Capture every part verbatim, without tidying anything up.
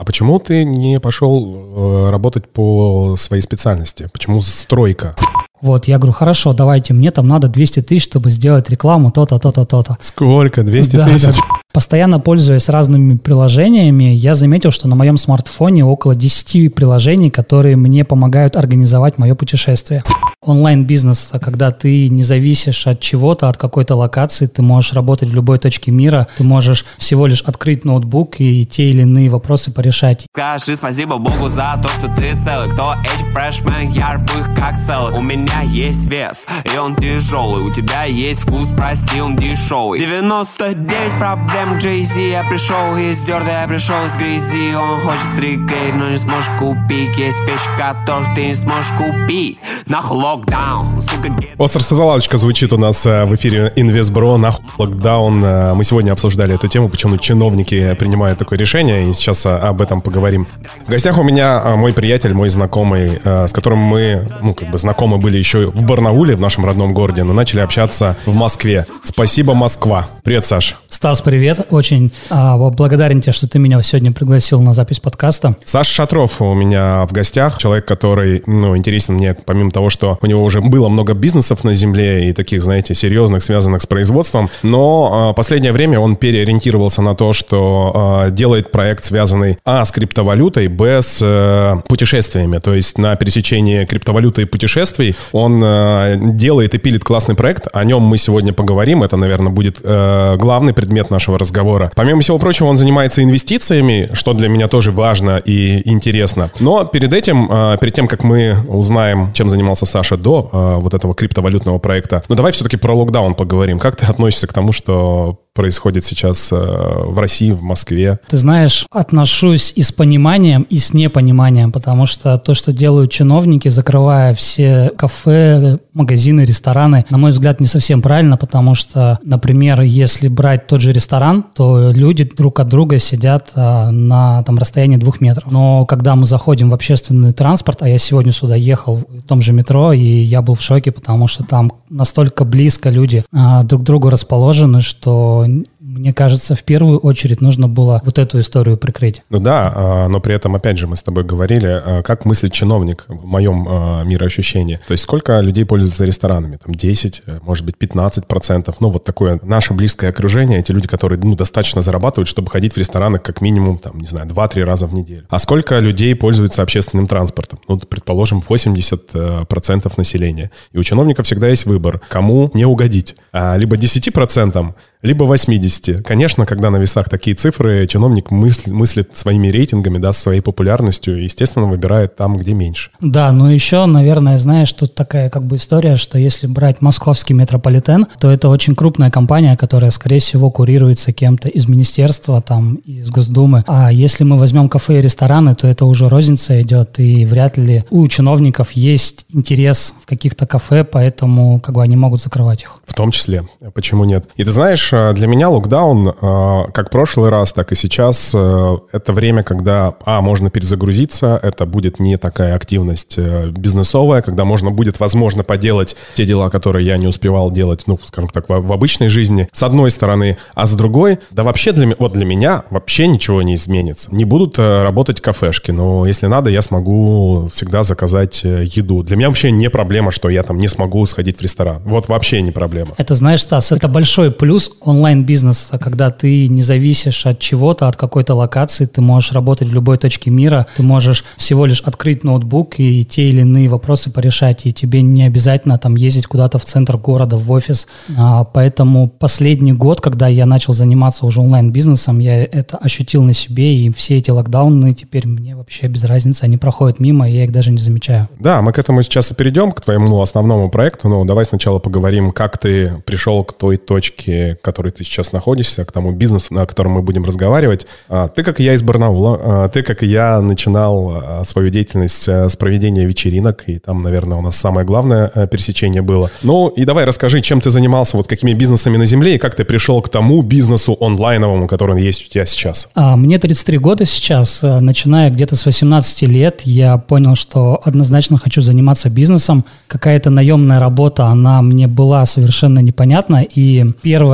почему ты не пошел работать по своей специальности? Почему стройка? Вот, я говорю, хорошо, давайте, мне там надо двести тысяч, чтобы сделать рекламу, то-то, то-то, то-то. Сколько? двести тысяч? Да, да. Постоянно пользуясь разными приложениями, я заметил, что на моем смартфоне около десять приложений, которые мне помогают организовать мое путешествие. Онлайн-бизнес, когда ты не зависишь от чего-то, от какой-то локации, ты можешь работать в любой точке мира, ты можешь всего лишь открыть ноутбук и те или иные вопросы порешать. Скажи спасибо Богу за то, что ты целый. Кто эти фрешмен, я рву их как целый. У меня есть вес, и он тяжелый. У тебя есть вкус, прости, он дешевый. девяносто девять проблем к Джей-Зи. Я пришел из дерда, я пришел из грязи. Он хочет стрикейт, но не сможешь купить. Есть вещи, которых ты не сможешь купить. Нахуй локдаун, сука. Острая заладочка звучит у нас в эфире Инвестбро. Нахуй локдаун. Мы сегодня обсуждали эту тему, почему чиновники принимают такое решение, и сейчас об этом поговорим. В гостях у меня мой приятель, мой знакомый, с которым мы, ну, как бы знакомы были еще в Барнауле, в нашем родном городе, но начали общаться в Москве. Спасибо, Москва. Привет, Саш. Стас, привет. Очень а, благодарен тебе, что ты меня сегодня пригласил на запись подкаста. Саша Шатров у меня в гостях. Человек, который, ну, интересен мне, помимо того, что у него уже было много бизнесов на земле и таких, знаете, серьезных, связанных с производством. Но а, последнее время он переориентировался на то, что а, делает проект, связанный а, с криптовалютой, б, с а, путешествиями. То есть на пересечении криптовалюты и путешествий он а, делает и пилит классный проект. О нем мы сегодня поговорим. Это, наверное, будет а, главный предмет нашего разговора. Помимо всего прочего, он занимается инвестициями, что для меня тоже важно и интересно. Но перед этим, а, перед тем, как мы узнаем, чем занимался Саша до а, вот этого криптовалютного проекта, ну давай все-таки про локдаун поговорим. Как ты относишься к тому, что происходит сейчас в России, в Москве? Ты знаешь, отношусь и с пониманием, и с непониманием, потому что то, что делают чиновники, закрывая все кафе, магазины, рестораны, на мой взгляд, не совсем правильно, потому что, например, если брать тот же ресторан, то люди друг от друга сидят а, на там, расстоянии двух метров. Но когда мы заходим в общественный транспорт, а я сегодня сюда ехал в том же метро, и я был в шоке, потому что там настолько близко люди а, друг к другу расположены, что мне кажется, в первую очередь нужно было вот эту историю прикрыть. Ну да, но при этом, опять же, мы с тобой говорили, как мыслит чиновник в моем мироощущении. То есть сколько людей пользуются ресторанами? Там десять, может быть, пятнадцать процентов. Ну вот такое наше близкое окружение, эти люди, которые ну, достаточно зарабатывают, чтобы ходить в рестораны как минимум, там, не знаю, два-три раза в неделю. А сколько людей пользуются общественным транспортом? Ну, предположим, восемьдесят процентов населения. И у чиновников всегда есть выбор, кому не угодить. Либо десять процентов, либо восемьдесят. Конечно, когда на весах такие цифры, чиновник мыслит, мыслит своими рейтингами, да, своей популярностью, и, естественно, выбирает там, где меньше. Да, но еще, наверное, знаешь, тут такая как бы история, что если брать московский метрополитен, то это очень крупная компания, которая, скорее всего, курируется кем-то из министерства, там, из Госдумы. А если мы возьмем кафе и рестораны, то это уже розница идет, и вряд ли у чиновников есть интерес в каких-то кафе, поэтому как бы они могут закрывать их. В том числе. Почему нет? И ты знаешь, для меня локдаун, как в прошлый раз, так и сейчас, это время, когда, а, можно перезагрузиться, это будет не такая активность бизнесовая, когда можно будет, возможно, поделать те дела, которые я не успевал делать, ну, скажем так, в, в обычной жизни, с одной стороны, а с другой, да вообще для, вот для меня вообще ничего не изменится. Не будут работать кафешки, но если надо, я смогу всегда заказать еду. Для меня вообще не проблема, что я там не смогу сходить в ресторан. Вот вообще не проблема. Это, знаешь, Стас, это большой плюс онлайн-бизнеса, когда ты не зависишь от чего-то, от какой-то локации, ты можешь работать в любой точке мира, ты можешь всего лишь открыть ноутбук и те или иные вопросы порешать, и тебе не обязательно там ездить куда-то в центр города, в офис. А, поэтому последний год, когда я начал заниматься уже онлайн-бизнесом, я это ощутил на себе, и все эти локдауны теперь мне вообще без разницы, они проходят мимо, и я их даже не замечаю. Да, мы к этому сейчас и перейдем, к твоему основному проекту, но давай сначала поговорим, как ты пришел к той точке, в которой ты сейчас находишься, к тому бизнесу, о котором мы будем разговаривать. Ты, как и я, из Барнаула. Ты, как и я, начинал свою деятельность с проведения вечеринок, и там, наверное, у нас самое главное пересечение было. Ну, и давай расскажи, чем ты занимался, вот какими бизнесами на земле, и как ты пришел к тому бизнесу онлайновому, который есть у тебя сейчас. А, мне тридцать три года сейчас. Начиная где-то с восемнадцати лет, я понял, что однозначно хочу заниматься бизнесом. Какая-то наемная работа, она мне была совершенно непонятна, и первое,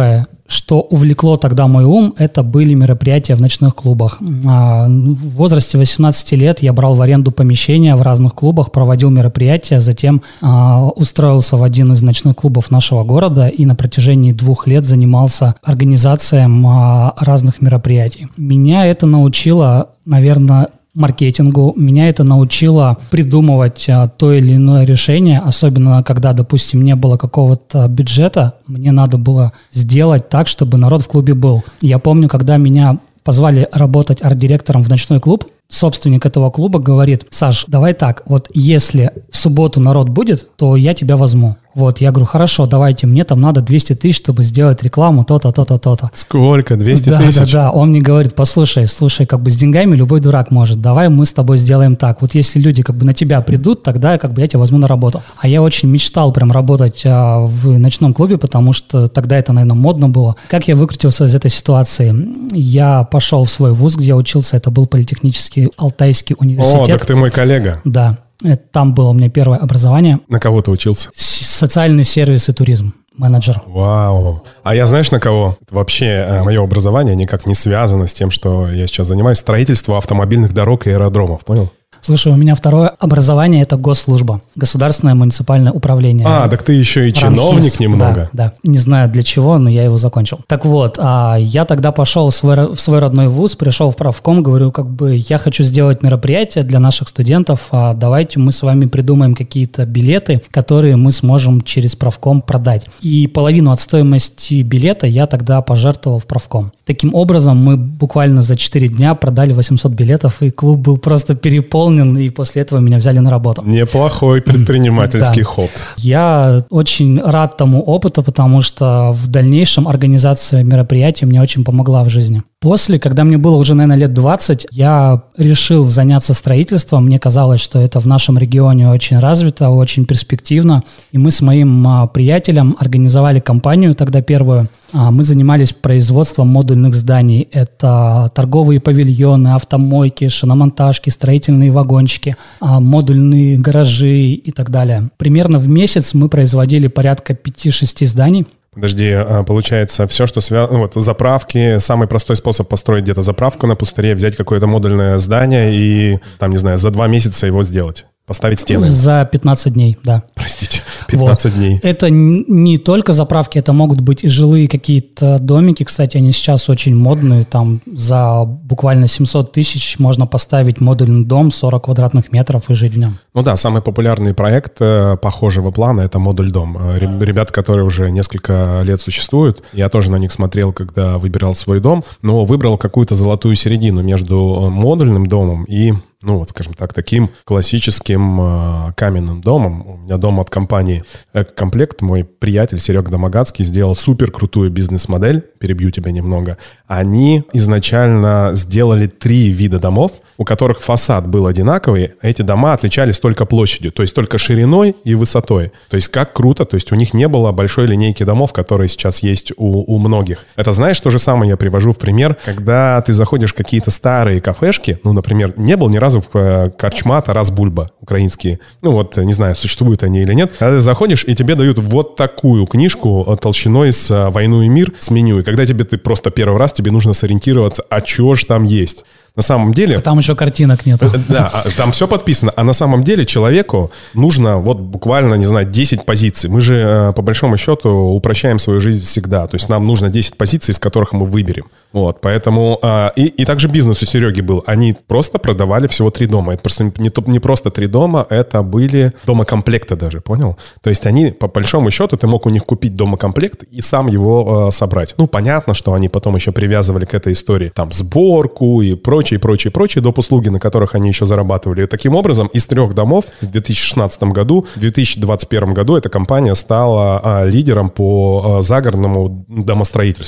что увлекло тогда мой ум, это были мероприятия в ночных клубах. В возрасте восемнадцати лет я брал в аренду помещения в разных клубах, проводил мероприятия, затем устроился в один из ночных клубов нашего города и на протяжении двух лет занимался организацией разных мероприятий. Меня это научило, наверное, маркетингу. Меня это научило придумывать а, то или иное решение, особенно когда, допустим, не было какого-то бюджета, мне надо было сделать так, чтобы народ в клубе был. Я помню, когда меня позвали работать арт-директором в ночной клуб, собственник этого клуба говорит: Саш, давай так, вот если в субботу народ будет, то я тебя возьму. Вот, я говорю, хорошо, давайте, мне там надо двести тысяч, чтобы сделать рекламу, то-то, то-то, то-то. Сколько? двести да, тысяч? Да, да, он мне говорит, послушай, слушай, как бы с деньгами любой дурак может, давай мы с тобой сделаем так. Вот если люди как бы на тебя придут, тогда как бы я тебя возьму на работу. А я очень мечтал прям работать а, в ночном клубе, потому что тогда это, наверное, модно было. Как я выкрутился из этой ситуации? Я пошел в свой вуз, где я учился, это был политехнический Алтайский университет. О, так ты мой коллега. Да. Там было у меня первое образование. На кого ты учился? Социальный сервис и туризм. Менеджер. Вау. А я знаешь, на кого? Вообще, мое образование никак не связано с тем, что я сейчас занимаюсь. Строительство автомобильных дорог и аэродромов, понял? Слушай, у меня второе образование – это госслужба, государственное муниципальное управление. А, так ты еще и чиновник РАНХИЗ, немного. Да, да. Не знаю для чего, но я его закончил. Так вот, а я тогда пошел в свой, в свой родной вуз, пришел в правком, говорю, как бы я хочу сделать мероприятие для наших студентов, а давайте мы с вами придумаем какие-то билеты, которые мы сможем через правком продать. И половину от стоимости билета я тогда пожертвовал в правком. Таким образом, мы буквально за четыре дня продали восемьсот билетов, и клуб был просто переполнен, и после этого меня взяли на работу. Неплохой предпринимательский да. ход. Я очень рад тому опыту, потому что в дальнейшем организация мероприятий мне очень помогла в жизни. После, когда мне было уже, наверное, лет двадцать, я решил заняться строительством. Мне казалось, что это в нашем регионе очень развито, очень перспективно. И мы с моим а, приятелем организовали компанию тогда первую. А, мы занимались производством модульных зданий. Это торговые павильоны, автомойки, шиномонтажки, строительные вагончики, а, модульные гаражи и так далее. Примерно в месяц мы производили порядка пяти-шести зданий. Подожди, получается, все, что связано, ну, вот заправки, самый простой способ построить где-то заправку на пустыре, взять какое-то модульное здание и, там, не знаю, за два месяца его сделать. Поставить стены. За пятнадцать дней, да. Простите, пятнадцать вот. дней. Это не только заправки, это могут быть и жилые какие-то домики. Кстати, они сейчас очень модные. Там за буквально семьсот тысяч можно поставить модульный дом, сорок квадратных метров и жить в нем. Ну да, самый популярный проект похожего плана – это модуль дом. Ребята, которые уже несколько лет существуют, я тоже на них смотрел, когда выбирал свой дом, но выбрал какую-то золотую середину между модульным домом и, ну вот, скажем так, таким классическим э, каменным домом. У меня дом от компании «Экокомплект». Мой приятель Серега Домогацкий сделал супер крутую бизнес-модель. Перебью тебя немного. Они изначально сделали три вида домов, у которых фасад был одинаковый. Эти дома отличались только площадью, то есть только шириной и высотой. То есть как круто, то есть у них не было большой линейки домов, которые сейчас есть у, у многих. Это, знаешь, то же самое я привожу в пример, когда ты заходишь в какие-то старые кафешки, ну, например, не был ни разу в корчма Тарас Бульба, украинские. Ну вот, не знаю, существуют они или нет. Когда ты заходишь, и тебе дают вот такую книжку толщиной с «Войну и мир» с меню. И когда тебе ты просто первый раз, тебе нужно сориентироваться, а что же там есть. На самом деле... А там еще картинок нет. Да, там все подписано. А на самом деле человеку нужно вот буквально, не знаю, десять позиций. Мы же, по большому счету, упрощаем свою жизнь всегда. То есть нам нужно десять позиций, из которых мы выберем. Вот, поэтому... И, и также бизнес у Сереги был. Они просто продавали всего три дома. Это просто не, не просто три дома, это были дома-комплекты даже, понял? То есть они, по большому счету, ты мог у них купить дома-комплект и сам его э, собрать. Ну, понятно, что они потом еще привязывали к этой истории там сборку и прочее, и прочие, прочие доп. Услуги, на которых они еще зарабатывали. И таким образом, из трех домов в две тысячи шестнадцатом году, в две тысячи двадцать первом году эта компания стала а, лидером по а, загородному домостроительству.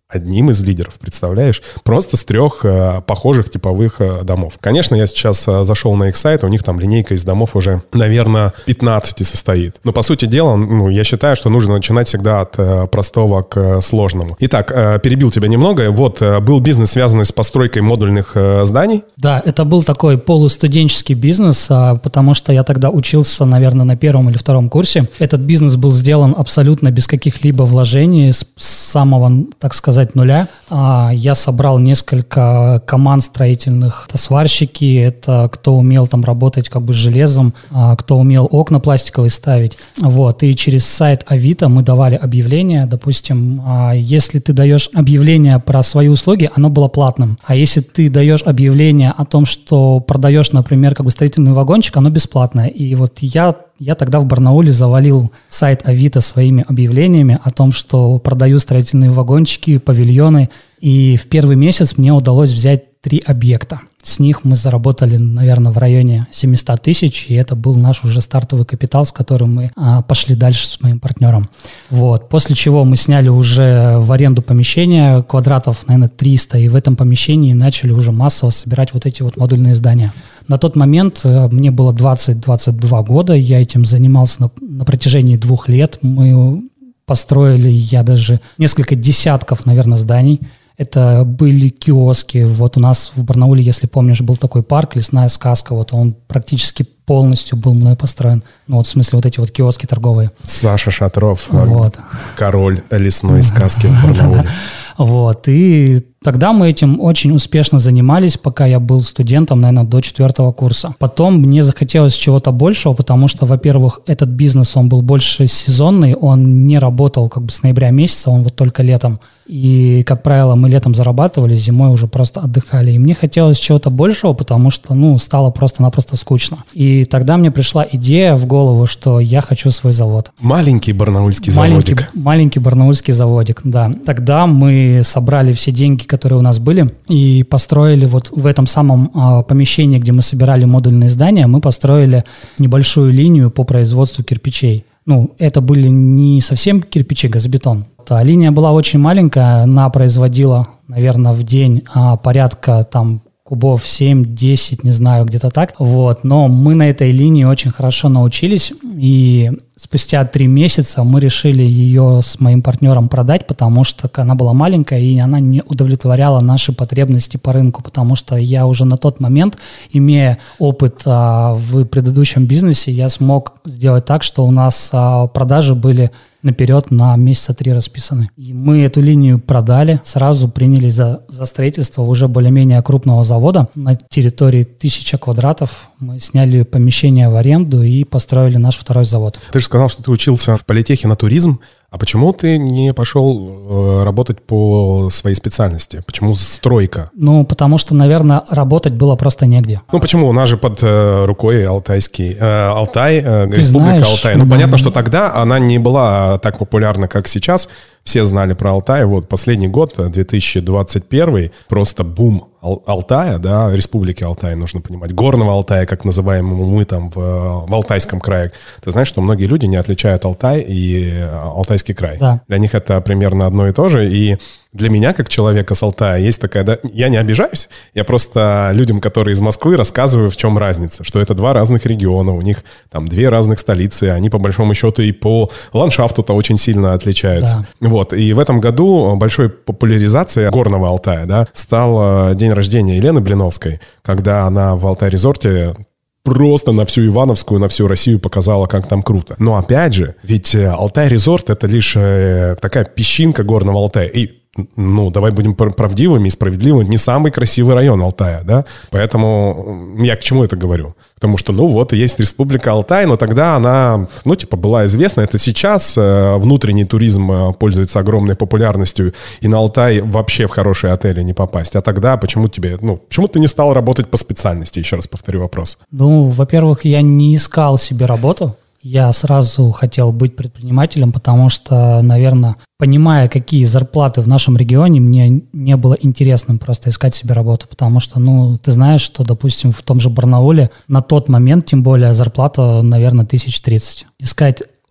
одним из лидеров, представляешь? Просто с трех э, похожих типовых э, домов. Конечно, я сейчас э, зашел на их сайт, у них там линейка из домов уже, наверное, пятнадцать состоит. Но, по сути дела, ну, я считаю, что нужно начинать всегда от э, простого к э, сложному. Итак, э, перебил тебя немного. Вот, э, был бизнес, связанный с постройкой модульных э, зданий. Да, это был такой полустуденческий бизнес, а, потому что я тогда учился, наверное, на первом или втором курсе. Этот бизнес был сделан абсолютно без каких-либо вложений, с, с самого, так сказать, нуля. Я собрал несколько команд строительных. Это сварщики, это кто умел там работать как бы с железом, кто умел окна пластиковые ставить. Вот. И через сайт Авито мы давали объявление. Допустим, если ты даешь объявление про свои услуги, оно было платным. А если ты даешь объявление о том, что продаешь, например, как бы строительный вагончик, оно бесплатное. И вот я Я тогда в Барнауле завалил сайт Авито своими объявлениями о том, что продаю строительные вагончики, павильоны. И в первый месяц мне удалось взять три объекта. С них мы заработали, наверное, в районе семьсот тысяч, и это был наш уже стартовый капитал, с которым мы а, пошли дальше с моим партнером. Вот. После чего мы сняли уже в аренду помещение, квадратов, наверное, триста, и в этом помещении начали уже массово собирать вот эти вот модульные здания. На тот момент мне было двадцать-двадцать два года, я этим занимался на, на протяжении двух лет. Мы построили, я даже несколько десятков, наверное, зданий. Это были киоски. Вот у нас в Барнауле, если помнишь, был такой парк «Лесная сказка». Вот он практически полностью был мной построен. Ну вот в смысле вот эти вот киоски торговые. Саша Шатров, вот. Король лесной сказки в Барнауле. Вот, и тогда мы этим очень успешно занимались, пока я был студентом, наверное, до четвертого курса. Потом мне захотелось чего-то большего, потому что, во-первых, этот бизнес, он был больше сезонный, он не работал как бы с ноября месяца, он вот только летом. И, как правило, мы летом зарабатывали, зимой уже просто отдыхали. И мне хотелось чего-то большего, потому что, ну, стало просто-напросто скучно. И тогда мне пришла идея в голову, что я хочу свой завод. Маленький барнаульский маленький, заводик. Маленький барнаульский заводик, да. Тогда мы собрали все деньги, которые у нас были, и построили вот в этом самом а, помещении, где мы собирали модульные здания, мы построили небольшую линию по производству кирпичей. Ну, это были не совсем кирпичи, газобетон. А линия была очень маленькая, она производила, наверное, в день а, порядка там кубов семь-десять, не знаю, где-то так. Вот. Но мы на этой линии очень хорошо научились, и спустя три месяца мы решили ее с моим партнером продать, потому что она была маленькая, и она не удовлетворяла наши потребности по рынку, потому что я уже на тот момент, имея опыт а, в предыдущем бизнесе, я смог сделать так, что у нас а, продажи были наперед на месяца три расписаны. И мы эту линию продали, сразу принялись за, за строительство уже более-менее крупного завода. На территории тысяча квадратов мы сняли помещение в аренду и построили наш второй завод. Ты же сказал, что ты учился в политехе на туризм. А почему ты не пошел э, работать по своей специальности? Почему стройка? Ну, потому что, наверное, работать было просто негде. Ну, почему? У нас же под э, рукой Алтайский, э, Алтай, э, Республика знаешь, Алтай. Ну, понятно, что тогда она не была так популярна, как сейчас. Все знали про Алтай. Вот последний год, две тысячи двадцать первый, просто бум Ал- Алтая, да, Республики Алтай, нужно понимать. Горного Алтая, как называем мы там в, в Алтайском крае. Ты знаешь, что многие люди не отличают Алтай и Алтайский край. Да. Для них это примерно одно и то же. И для меня, как человека с Алтая, есть такая... Да, я не обижаюсь, я просто людям, которые из Москвы, рассказываю, в чем разница. Что это два разных региона, у них там две разных столицы, они по большому счету и по ландшафту-то очень сильно отличаются. Да. Вот. И в этом году большой популяризацией Горного Алтая, да, стал день рождения Елены Блиновской, когда она в Алтай-резорте просто на всю Ивановскую, на всю Россию показала, как там круто. Но опять же, ведь Алтай-резорт — это лишь такая песчинка Горного Алтая. И ну, давай будем правдивыми и справедливыми, не самый красивый район Алтая, да? Поэтому я к чему это говорю? Потому что, ну, вот есть Республика Алтай, но тогда она, ну, типа, была известна. Это сейчас внутренний туризм пользуется огромной популярностью, и на Алтай вообще в хорошие отели не попасть. А тогда почему тебе, ну, почему ты не стал работать по специальности? Еще раз повторю вопрос. Ну, во-первых, я не искал себе работу. Я сразу хотел быть предпринимателем, потому что, наверное, понимая, какие зарплаты в нашем регионе, мне не было интересным просто искать себе работу, потому что, ну, ты знаешь, что, допустим, в том же Барнауле на тот момент, тем более, зарплата, наверное, тысяч тридцать. Искать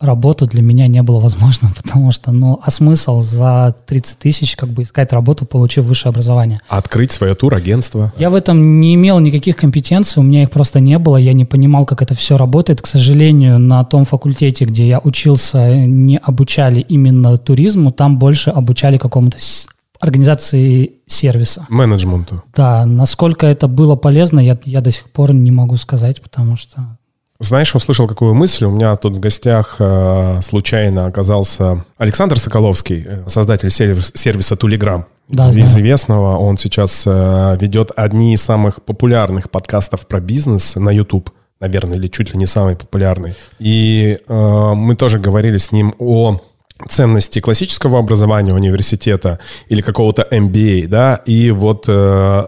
работу для меня не было возможно, потому что, ну, а смысл за тридцать тысяч как бы искать работу, получив высшее образование? Открыть свое турагентство. Я в этом не имел никаких компетенций, у меня их просто не было, я не понимал, как это все работает. К сожалению, на том факультете, где я учился, не обучали именно туризму, там больше обучали какому-то организации сервиса. Менеджменту. Да, насколько это было полезно, я, я до сих пор не могу сказать, потому что... Знаешь, услышал какую мысль. У меня тут в гостях э, случайно оказался Александр Соколовский, создатель сервис, сервиса Тулиграм. Да, из знаю. известного. Он сейчас э, ведет одни из самых популярных подкастов про бизнес на YouTube. Наверное, или чуть ли не самый популярный. И э, мы тоже говорили с ним о ценности классического образования университета или какого-то эм би эй, да, и вот э,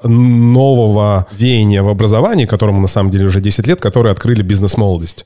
нового веяния в образовании, которому на самом деле уже десять лет, которые открыли бизнес-молодость.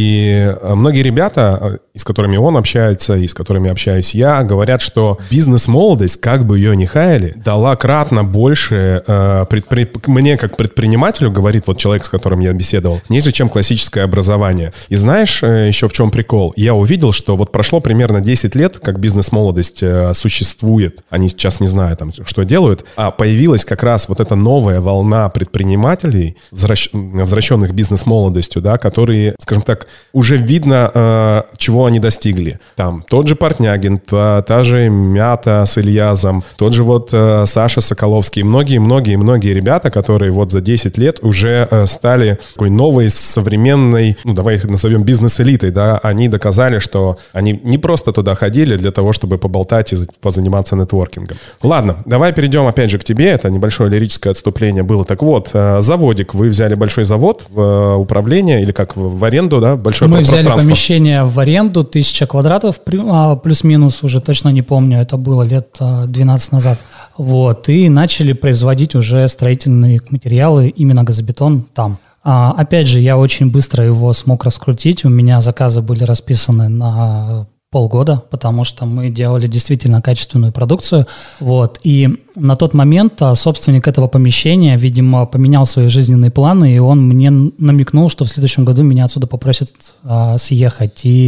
И многие ребята, и с которыми он общается, и с которыми общаюсь я, говорят, что бизнес-молодость, как бы ее ни хаяли, дала кратно больше э, предпри... мне как предпринимателю, говорит вот человек, с которым я беседовал, ниже, чем классическое образование. И знаешь э, еще в чем прикол? Я увидел, что вот прошло примерно десять лет, как бизнес-молодость э, существует. Они сейчас не знаю, там, что делают. А появилась как раз вот эта новая волна предпринимателей, возвращ... возвращенных бизнес-молодостью, да, которые, скажем так, уже видно, э, чего они достигли. Там тот же Портнягин, та, та же Мята с Ильязом, тот же вот э, Саша Соколовский, многие-многие-многие ребята, которые вот за десять лет уже э, стали такой новой, современной, ну, давай их назовем бизнес-элитой, да, они доказали, что они не просто туда ходили для того, чтобы поболтать и позаниматься нетворкингом. Ладно, давай перейдем опять же к тебе. Это небольшое лирическое отступление было. Так вот, заводик. Вы взяли большой завод в управление или как в аренду, да? Большое Мы пространство. взяли помещение в аренду, тысяча квадратов, плюс-минус, уже точно не помню, это было лет двенадцать назад. Вот, и начали производить уже строительные материалы, именно газобетон там. А, опять же, я очень быстро его смог раскрутить. У меня заказы были расписаны на полгода, потому что мы делали действительно качественную продукцию. Вот. И на тот момент собственник этого помещения, видимо, поменял свои жизненные планы, и он мне намекнул, что в следующем году меня отсюда попросят а, съехать. И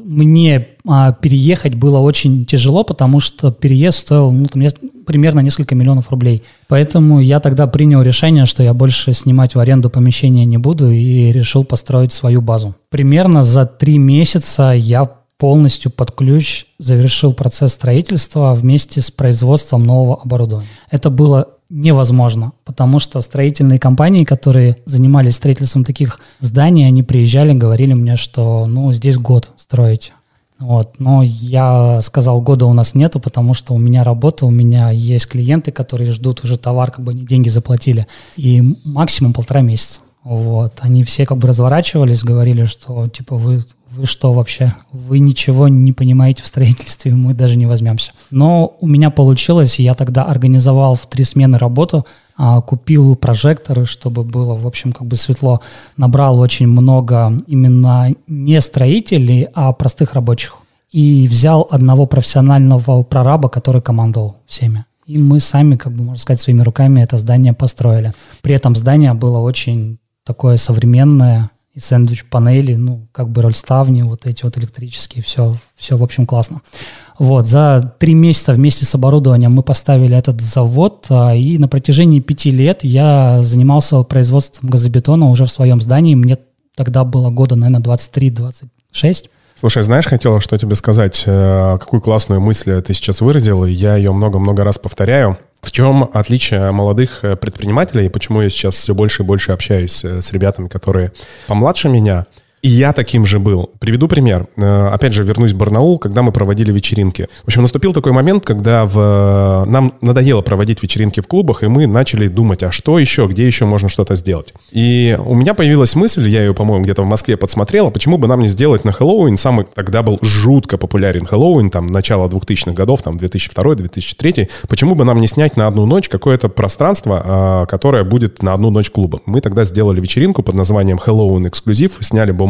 мне а, переехать было очень тяжело, потому что переезд стоил ну, там, примерно несколько миллионов рублей. Поэтому я тогда принял решение, что я больше снимать в аренду помещения не буду, и решил построить свою базу. Примерно за три месяца я полностью под ключ завершил процесс строительства вместе с производством нового оборудования. Это было невозможно, потому что строительные компании, которые занимались строительством таких зданий, они приезжали, говорили мне, что ну здесь год строите. Вот. Но я сказал, года у нас нету, потому что у меня работа, у меня есть клиенты, которые ждут уже товар, как бы они деньги заплатили, и максимум полтора месяца. Вот. Они все как бы разворачивались, говорили, что типа вы, вы что вообще, вы ничего не понимаете в строительстве, мы даже не возьмемся. Но у меня получилось, я тогда организовал в три смены работу, а, купил прожекторы, чтобы было, в общем, как бы светло, набрал очень много именно не строителей, а простых рабочих. И взял одного профессионального прораба, который командовал всеми. И мы сами, как бы, можно сказать, своими руками это здание построили. При этом здание было очень такое современное, и сэндвич-панели, ну, как бы рольставни, вот эти вот электрические, все, все, в общем, классно. Вот, за три месяца вместе с оборудованием мы поставили этот завод, и на протяжении пяти лет я занимался производством газобетона уже в своем здании. Мне тогда было года, наверное, двадцать три двадцать шесть. Слушай, знаешь, хотела что тебе сказать, какую классную мысль ты сейчас выразил, и я ее много-много раз повторяю. В чем отличие молодых предпринимателей, и почему я сейчас все больше и больше общаюсь с ребятами, которые помладше меня, и я таким же был. Приведу пример. Опять же, вернусь в Барнаул, когда мы проводили вечеринки. В общем, наступил такой момент, когда в... нам надоело проводить вечеринки в клубах, и мы начали думать, а что еще, где еще можно что-то сделать. И у меня появилась мысль, я ее, по-моему, где-то в Москве подсмотрел, почему бы нам не сделать на Хэллоуин, самый тогда был жутко популярен Хэллоуин, там, начало двухтысячных годов, там, две тысячи второй - две тысячи третий, почему бы нам не снять на одну ночь какое-то пространство, которое будет на одну ночь клуба. Мы тогда сделали вечеринку под названием Хэллоуин Эксклюзив, сняли бомбу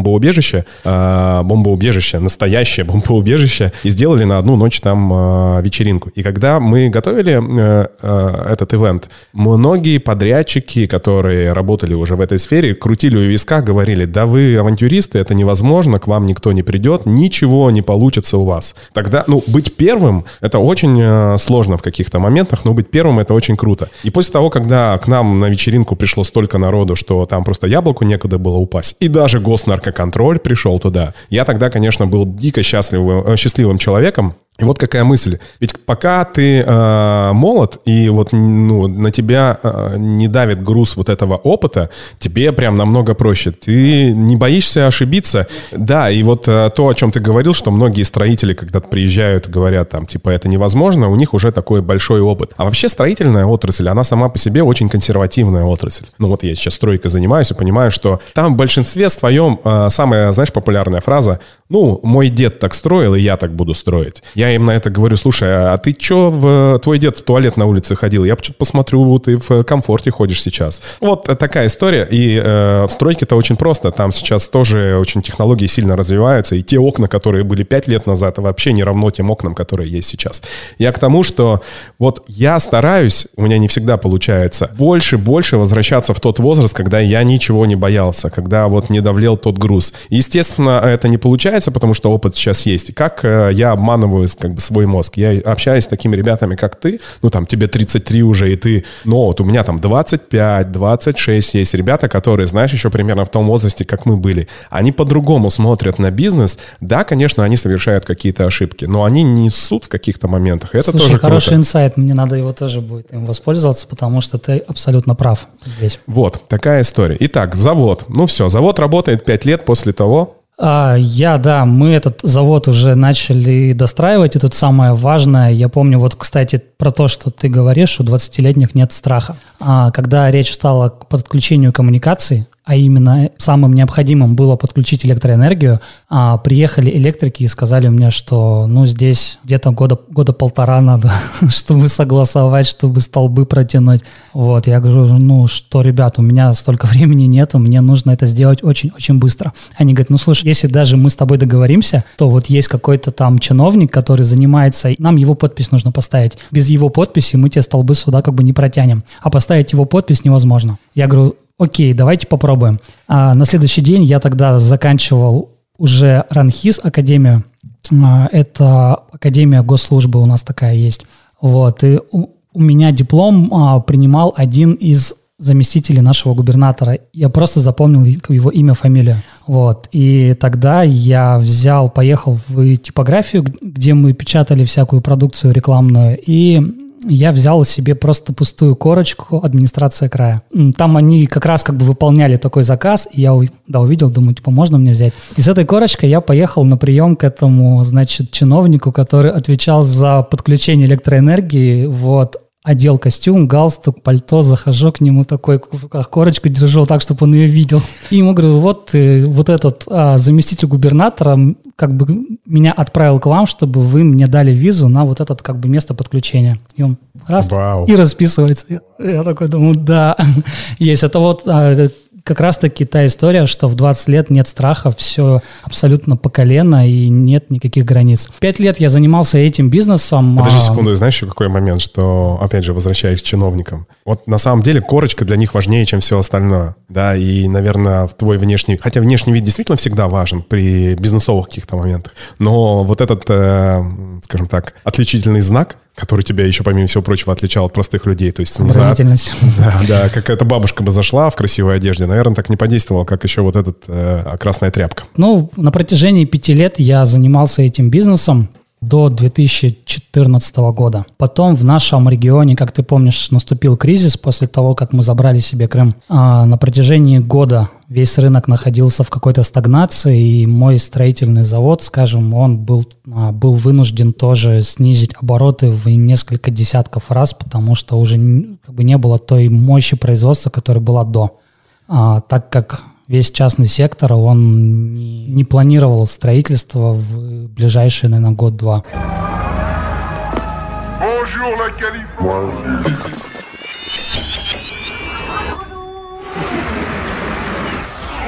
бомбоубежище, э, бомбоубежище, настоящее бомбоубежище, и сделали на одну ночь там э, вечеринку. И когда мы готовили э, э, этот ивент, многие подрядчики, которые работали уже в этой сфере, крутили у виска, говорили: да вы авантюристы, это невозможно, к вам никто не придет, ничего не получится у вас. Тогда, ну, быть первым, это очень э, сложно в каких-то моментах, но быть первым — это очень круто. И после того, когда к нам на вечеринку пришло столько народу, что там просто яблоку некуда было упасть, и даже госнаркоконтроль пришел туда, я тогда, конечно, был дико счастливым, счастливым человеком. И вот какая мысль. Ведь пока ты э, молод, и вот ну, на тебя э, не давит груз вот этого опыта, тебе прям намного проще. Ты не боишься ошибиться. Да, и вот э, то, о чем ты говорил, что многие строители, когда приезжают, говорят там, типа, это невозможно, у них уже такой большой опыт. А вообще строительная отрасль, она сама по себе очень консервативная отрасль. Ну вот я сейчас стройкой занимаюсь и понимаю, что там в большинстве своем э, самая, знаешь, популярная фраза: ну, мой дед так строил, и я так буду строить. Я им на это говорю: слушай, а ты что, в... твой дед в туалет на улице ходил? Я что-то посмотрю, ты в комфорте ходишь сейчас. Вот такая история. И э, в стройке-то очень просто. Там сейчас тоже очень технологии сильно развиваются. И те окна, которые были пять лет назад, вообще не равно тем окнам, которые есть сейчас. Я к тому, что вот я стараюсь, у меня не всегда получается, больше-больше возвращаться в тот возраст, когда я ничего не боялся, когда вот не давлел тот груз. Естественно, это не получается, потому что опыт сейчас есть. Как э, я обманываю как бы свой мозг? Я общаюсь с такими ребятами, как ты, ну там тебе тридцать три уже, и ты, ну вот у меня там двадцать пять, двадцать шесть есть ребята, которые, знаешь, еще примерно в том возрасте, как мы были. Они по-другому смотрят на бизнес. Да, конечно, они совершают какие-то ошибки, но они не ссут в каких-то моментах. Это Слушай, тоже хороший круто. инсайт, мне надо его тоже будет им воспользоваться, потому что ты абсолютно прав здесь. Вот, такая история. Итак, завод. Ну все, завод работает пять лет после того. А, я, да, мы этот завод уже начали достраивать, и тут самое важное, я помню, вот, кстати, про то, что ты говоришь, у двадцатилетних нет страха. А, когда речь стала к подключению коммуникаций, а именно самым необходимым было подключить электроэнергию, а, приехали электрики и сказали мне, что ну здесь где-то года, года полтора надо, чтобы согласовать, чтобы столбы протянуть. Вот, я говорю, ну что, ребят, у меня столько времени нету, мне нужно это сделать очень-очень быстро. Они говорят: ну слушай, если даже мы с тобой договоримся, то вот есть какой-то там чиновник, который занимается, нам его подпись нужно поставить. Без его подписи мы те столбы сюда как бы не протянем, а поставить его подпись невозможно. Я говорю: окей, давайте попробуем. А на следующий день я тогда заканчивал уже РАНХИС академию. А, это академия госслужбы у нас такая есть. Вот, и у, у меня диплом а, принимал один из заместителей нашего губернатора. Я просто запомнил его имя, фамилию. Вот, и тогда я взял, поехал в типографию, где мы печатали всякую продукцию рекламную, и я взял себе просто пустую корочку «Администрация края». Там они как раз как бы выполняли такой заказ, и я да, увидел, думаю, типа, можно мне взять? И с этой корочкой я поехал на прием к этому, значит, чиновнику, который отвечал за подключение электроэнергии, вот. Одел костюм, галстук, пальто, захожу к нему такой, в руках корочку держал так, чтобы он ее видел. И ему говорю: вот, вот этот а, заместитель губернатора как бы меня отправил к вам, чтобы вы мне дали визу на вот это как бы место подключения. И он раз, Вау. И расписывается. Я, я такой думаю, да, есть. Это вот а, как раз-таки та история, что в двадцать лет нет страха, все абсолютно по колено и нет никаких границ. Пять лет я занимался этим бизнесом. Подожди секунду, знаешь еще какой момент, что, опять же, возвращаясь к чиновникам. Вот на самом деле корочка для них важнее, чем все остальное. Да, и, наверное, в твой внешний... Хотя внешний вид действительно всегда важен при бизнесовых каких-то моментах. Но вот этот, э, скажем так, отличительный знак, который тебя еще, помимо всего прочего, отличал от простых людей. То есть, сообразительность. Да, да, какая-то бабушка бы зашла в красивой одежде, наверное, так не подействовала, как еще вот эта э, красная тряпка. Ну, на протяжении пяти лет я занимался этим бизнесом до две тысячи четырнадцатого года. Потом в нашем регионе, как ты помнишь, наступил кризис после того, как мы забрали себе Крым. А на протяжении года весь рынок находился в какой-то стагнации, и мой строительный завод, скажем, он был, был вынужден тоже снизить обороты в несколько десятков раз, потому что уже как бы не было той мощи производства, которая была до. А, так как весь частный сектор, он не, не планировал строительство в ближайшие, наверное, год-два.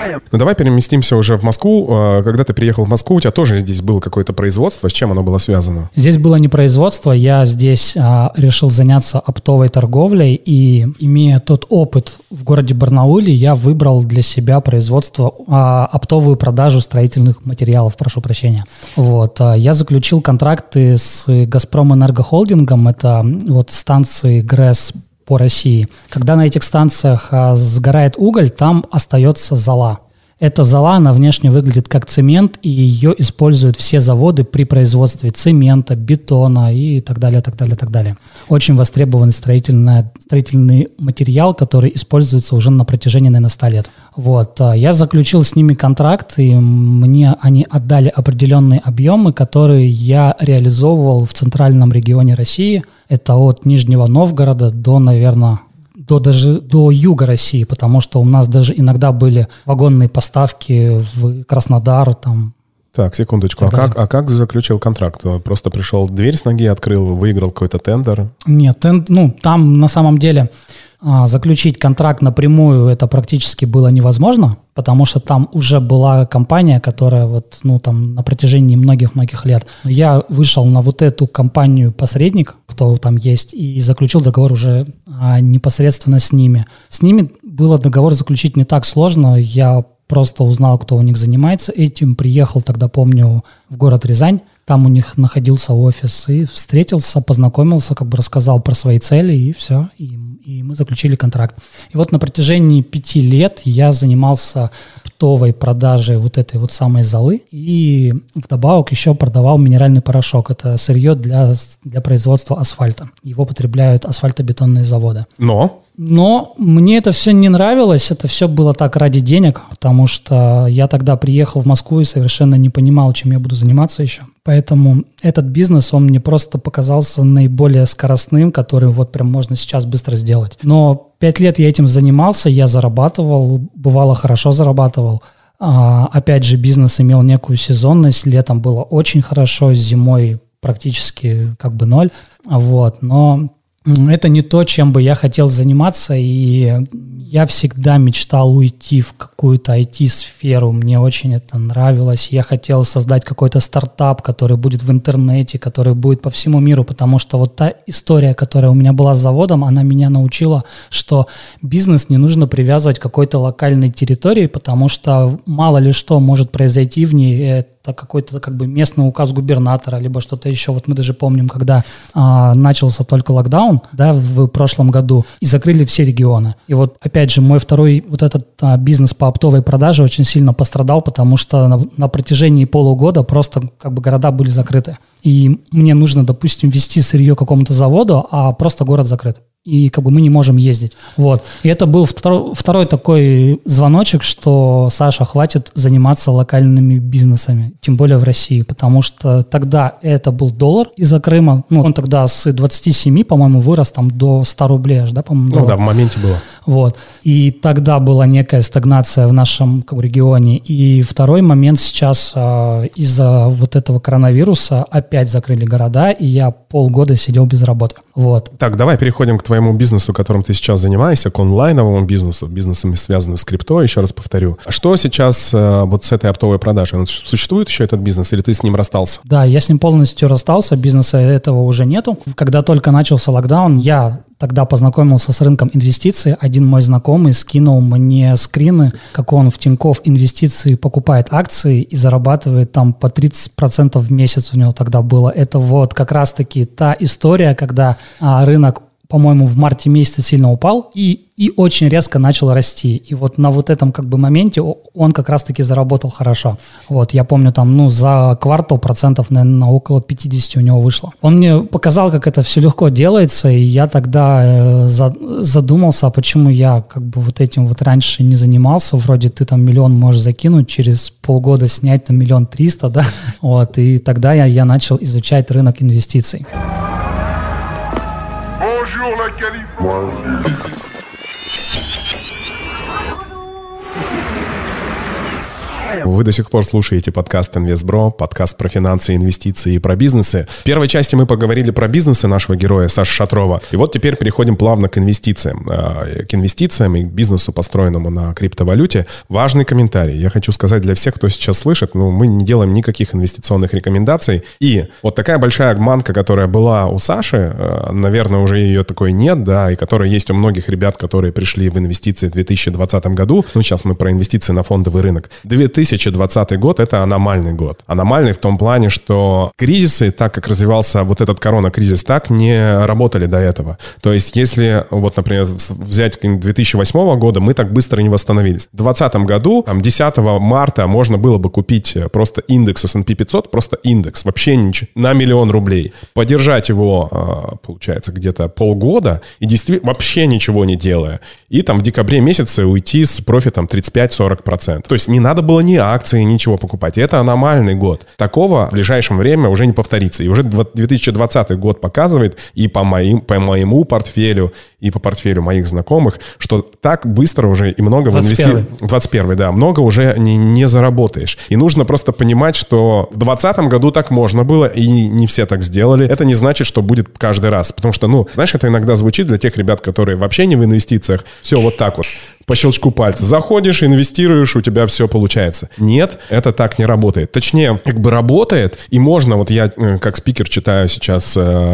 Ну давай переместимся уже в Москву. Когда ты приехал в Москву, у тебя тоже здесь было какое-то производство. С чем оно было связано? Здесь было не производство. Я здесь а, решил заняться оптовой торговлей. И имея тот опыт в городе Барнауле, я выбрал для себя производство, а, оптовую продажу строительных материалов, прошу прощения. Вот. А, я заключил контракты с «Газпром Энергохолдингом». Это вот станции ГРЭС по России. Когда на этих станциях а, сгорает уголь, там остается зола. Эта зола, она внешне выглядит как цемент, и ее используют все заводы при производстве цемента, бетона и так далее, так далее, так далее. Очень востребованный строительный, строительный материал, который используется уже на протяжении, наверное, ста лет. Вот. Я заключил с ними контракт, и мне они отдали определенные объемы, которые я реализовывал в центральном регионе России. Это от Нижнего Новгорода до, наверное, до даже до юга России, потому что у нас даже иногда были вагонные поставки в Краснодар, там. Так, секундочку. А как, а как заключил контракт? Просто пришел, дверь с ноги открыл, выиграл какой-то тендер? Нет, тен, ну, там на самом деле а, заключить контракт напрямую это практически было невозможно, потому что там уже была компания, которая вот, ну, там на протяжении многих-многих лет. Я вышел на вот эту компанию-посредник, кто там есть, и заключил договор уже а, непосредственно с ними. С ними было договор заключить не так сложно, я просто узнал, кто у них занимается этим, приехал тогда, помню, в город Рязань, там у них находился офис, и встретился, познакомился, как бы рассказал про свои цели, и все, и, и мы заключили контракт. И вот на протяжении пяти лет я занимался оптовой продажей вот этой вот самой золы, и вдобавок еще продавал минеральный порошок. Это сырье для, для производства асфальта. Его потребляют асфальтобетонные заводы. Но... Но мне это все не нравилось, это все было так ради денег, потому что я тогда приехал в Москву и совершенно не понимал, чем я буду заниматься еще. Поэтому этот бизнес, он мне просто показался наиболее скоростным, который вот прям можно сейчас быстро сделать. Но пять лет я этим занимался, я зарабатывал, бывало хорошо зарабатывал. А, опять же, бизнес имел некую сезонность, летом было очень хорошо, зимой практически как бы ноль. Вот, но... Это не то, чем бы я хотел заниматься, и я всегда мечтал уйти в какую-то ай ти-сферу, мне очень это нравилось, я хотел создать какой-то стартап, который будет в интернете, который будет по всему миру, потому что вот та история, которая у меня была с заводом, она меня научила, что бизнес не нужно привязывать к какой-то локальной территории, потому что мало ли что может произойти в ней, это какой-то как бы местный указ губернатора, либо что-то еще. Вот мы даже помним, когда а, начался только локдаун, да, в прошлом году, и закрыли все регионы. И вот, опять же, мой второй вот этот а, бизнес по оптовой продаже очень сильно пострадал, потому что на, на протяжении полугода просто как бы города были закрыты. И мне нужно, допустим, везти сырье к какому-то заводу, а просто город закрыт. И как бы мы не можем ездить. Вот. И это был второй, второй такой звоночек, что, Саша, хватит заниматься локальными бизнесами, тем более в России, потому что тогда это был доллар из-за Крыма. Ну, он тогда с двадцати семи, по-моему, вырос там до ста рублей аж, да, по-моему, доллар. Ну да, в моменте было. Вот. И тогда была некая стагнация в нашем как бы, регионе. И второй момент сейчас а, из-за вот этого коронавируса опять закрыли города, и я полгода сидел без работы. Вот. Так, давай переходим к твоему бизнесу, которым ты сейчас занимаешься, к онлайновому бизнесу, бизнесами, связанным с крипто, еще раз повторю. Что сейчас а, вот с этой оптовой продажей? Существует еще этот бизнес, или ты с ним расстался? Да, я с ним полностью расстался, бизнеса этого уже нету. Когда только начался локдаун, я тогда познакомился с рынком инвестиций. Один мой знакомый скинул мне скрины, как он в Тинькофф Инвестиции покупает акции и зарабатывает там по тридцать процентов в месяц у него тогда было. Это вот как раз-таки та история, когда а, рынок, по-моему, в марте месяце сильно упал и, и очень резко начал расти. И вот на вот этом как бы моменте он как раз-таки заработал хорошо. Вот, я помню, там, ну, за квартал процентов, наверное, на около пятьдесят у него вышло. Он мне показал, как это все легко делается, и я тогда э, за, задумался, а почему я как бы вот этим вот раньше не занимался. Вроде ты там миллион можешь закинуть, через полгода снять там миллион триста, да? Вот, и тогда я, я начал изучать рынок инвестиций. Bonjour la Californie. Вы до сих пор слушаете подкаст «Инвестбро», подкаст про финансы, инвестиции и про бизнесы. В первой части мы поговорили про бизнесы нашего героя Саши Шатрова. И вот теперь переходим плавно к инвестициям. К инвестициям и к бизнесу, построенному на криптовалюте. Важный комментарий. Я хочу сказать для всех, кто сейчас слышит, ну, мы не делаем никаких инвестиционных рекомендаций. И вот такая большая обманка, которая была у Саши, наверное, уже ее такой нет, да, и которая есть у многих ребят, которые пришли в инвестиции в две тысячи двадцатом году. Ну, сейчас мы про инвестиции на фондовый рынок. две тысячи двадцатый год — это аномальный год. Аномальный в том плане, что кризисы, так как развивался вот этот коронакризис, так не работали до этого. То есть, если, вот, например, взять две тысячи восьмого года, мы так быстро не восстановились. В двадцатом году, там, десятого марта можно было бы купить просто индекс эс энд пи пятьсот, просто индекс, вообще ничего, на миллион рублей. Подержать его, получается, где-то полгода и действительно вообще ничего не делая. И там в декабре месяце уйти с профитом тридцать пять - сорок процентов. То есть, не надо было ни акции, ничего покупать. И это аномальный год. Такого в ближайшем время уже не повторится. И уже две тысячи двадцатый год показывает и по, моим, по моему портфелю, и по портфелю моих знакомых, что так быстро уже и много в инвестициях... двадцать первый, да. Много уже не, не заработаешь. И нужно просто понимать, что в двадцатом году так можно было, и не все так сделали. Это не значит, что будет каждый раз. Потому что, ну, знаешь, это иногда звучит для тех ребят, которые вообще не в инвестициях. Все вот так вот. По щелчку пальца. Заходишь, инвестируешь, у тебя все получается. Нет, это так не работает. Точнее, как бы работает, и можно, вот я как спикер читаю сейчас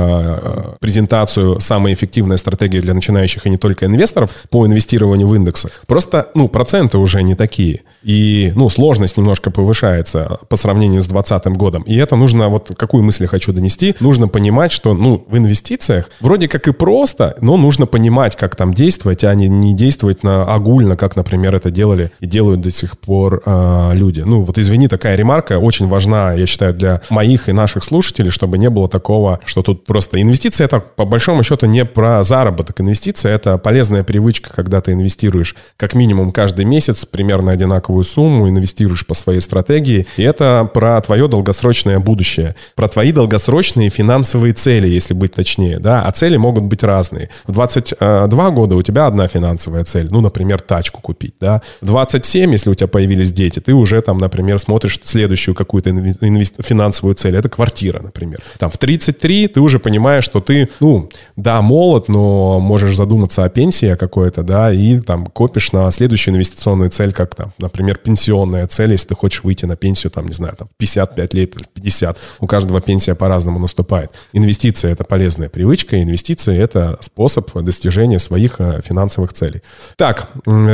э, презентацию «Самая эффективная стратегия для начинающих и не только инвесторов» по инвестированию в индексы. Просто, ну, проценты уже не такие. И, ну, сложность немножко повышается по сравнению с двадцатым годом. И это нужно, вот какую мысль я хочу донести, нужно понимать, что, ну, в инвестициях вроде как и просто, но нужно понимать, как там действовать, а не, не действовать на огульно, как, например, это делали и делают до сих пор э, люди. Ну, вот извини, такая ремарка очень важна, я считаю, для моих и наших слушателей, чтобы не было такого, что тут просто инвестиции — это, по большому счету, не про заработок. Инвестиция — это полезная привычка, когда ты инвестируешь как минимум каждый месяц примерно одинаковую сумму, инвестируешь по своей стратегии, и это про твое долгосрочное будущее, про твои долгосрочные финансовые цели, если быть точнее, да, а цели могут быть разные. В двадцать два года у тебя одна финансовая цель, ну, например, тачку купить, да. В двадцать семь, если у тебя появились дети, ты уже там, например, смотришь следующую какую-то инвест... финансовую цель. Это квартира, например. Там в тридцать три ты уже понимаешь, что ты, ну, да, молод, но можешь задуматься о пенсии какой-то, да, и там копишь на следующую инвестиционную цель, как там, например, пенсионная цель, если ты хочешь выйти на пенсию, там, не знаю, там, в пятьдесят пять лет, в пятьдесят. У каждого пенсия по-разному наступает. Инвестиция — это полезная привычка, инвестиции — это способ достижения своих финансовых целей. Так,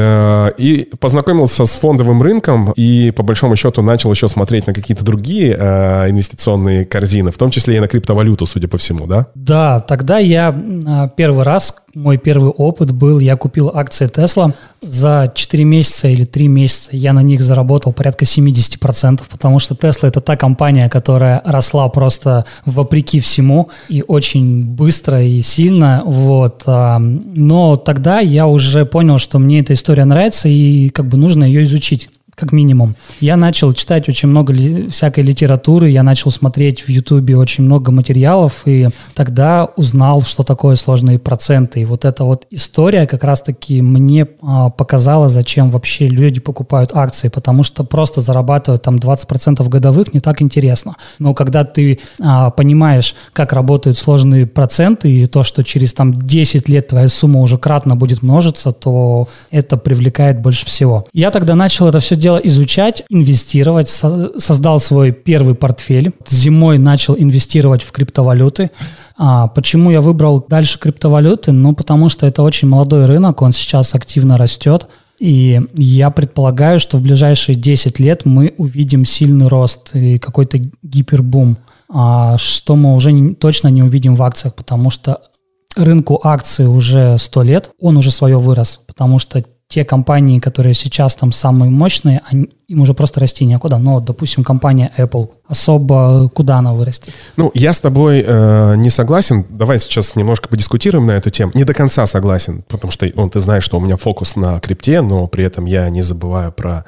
и познакомился с фондовым рынком и, по большому счету, начал еще смотреть на какие-то другие э, инвестиционные корзины, в том числе и на криптовалюту, судя по всему, да? Да, тогда я первый раз, мой первый опыт был, я купил акции Tesla. За четыре месяца или три месяца я на них заработал порядка семьдесят процентов, потому что Tesla — это та компания, которая росла просто вопреки всему и очень быстро и сильно. Вот. Но тогда я уже понял, что мне эта история нравится и как бы нужно ее изучить. Как минимум. Я начал читать очень много ли, всякой литературы, я начал смотреть в Ютубе очень много материалов, и тогда узнал, что такое сложные проценты. И вот эта вот история как раз-таки мне а, показала, зачем вообще люди покупают акции, потому что просто зарабатывать там двадцать процентов годовых не так интересно. Но когда ты а, понимаешь, как работают сложные проценты, и то, что через там десять лет твоя сумма уже кратно будет множиться, то это привлекает больше всего. Я тогда начал это все делать изучать, инвестировать, со- создал свой первый портфель. Зимой начал инвестировать в криптовалюты. А почему я выбрал дальше криптовалюты? Ну, потому что это очень молодой рынок, он сейчас активно растет. И я предполагаю, что в ближайшие десять лет мы увидим сильный рост и какой-то гипербум, а, что мы уже не, точно не увидим в акциях, потому что рынку акций уже сто лет, он уже свое вырос, потому что те компании, которые сейчас там самые мощные, они, им уже просто расти некуда. Но, допустим, компания Apple, особо куда она вырастет? Ну, я с тобой э, не согласен. Давай сейчас немножко подискутируем на эту тему. Не до конца согласен, потому что ну, ты знаешь, что у меня фокус на крипте, но при этом я не забываю про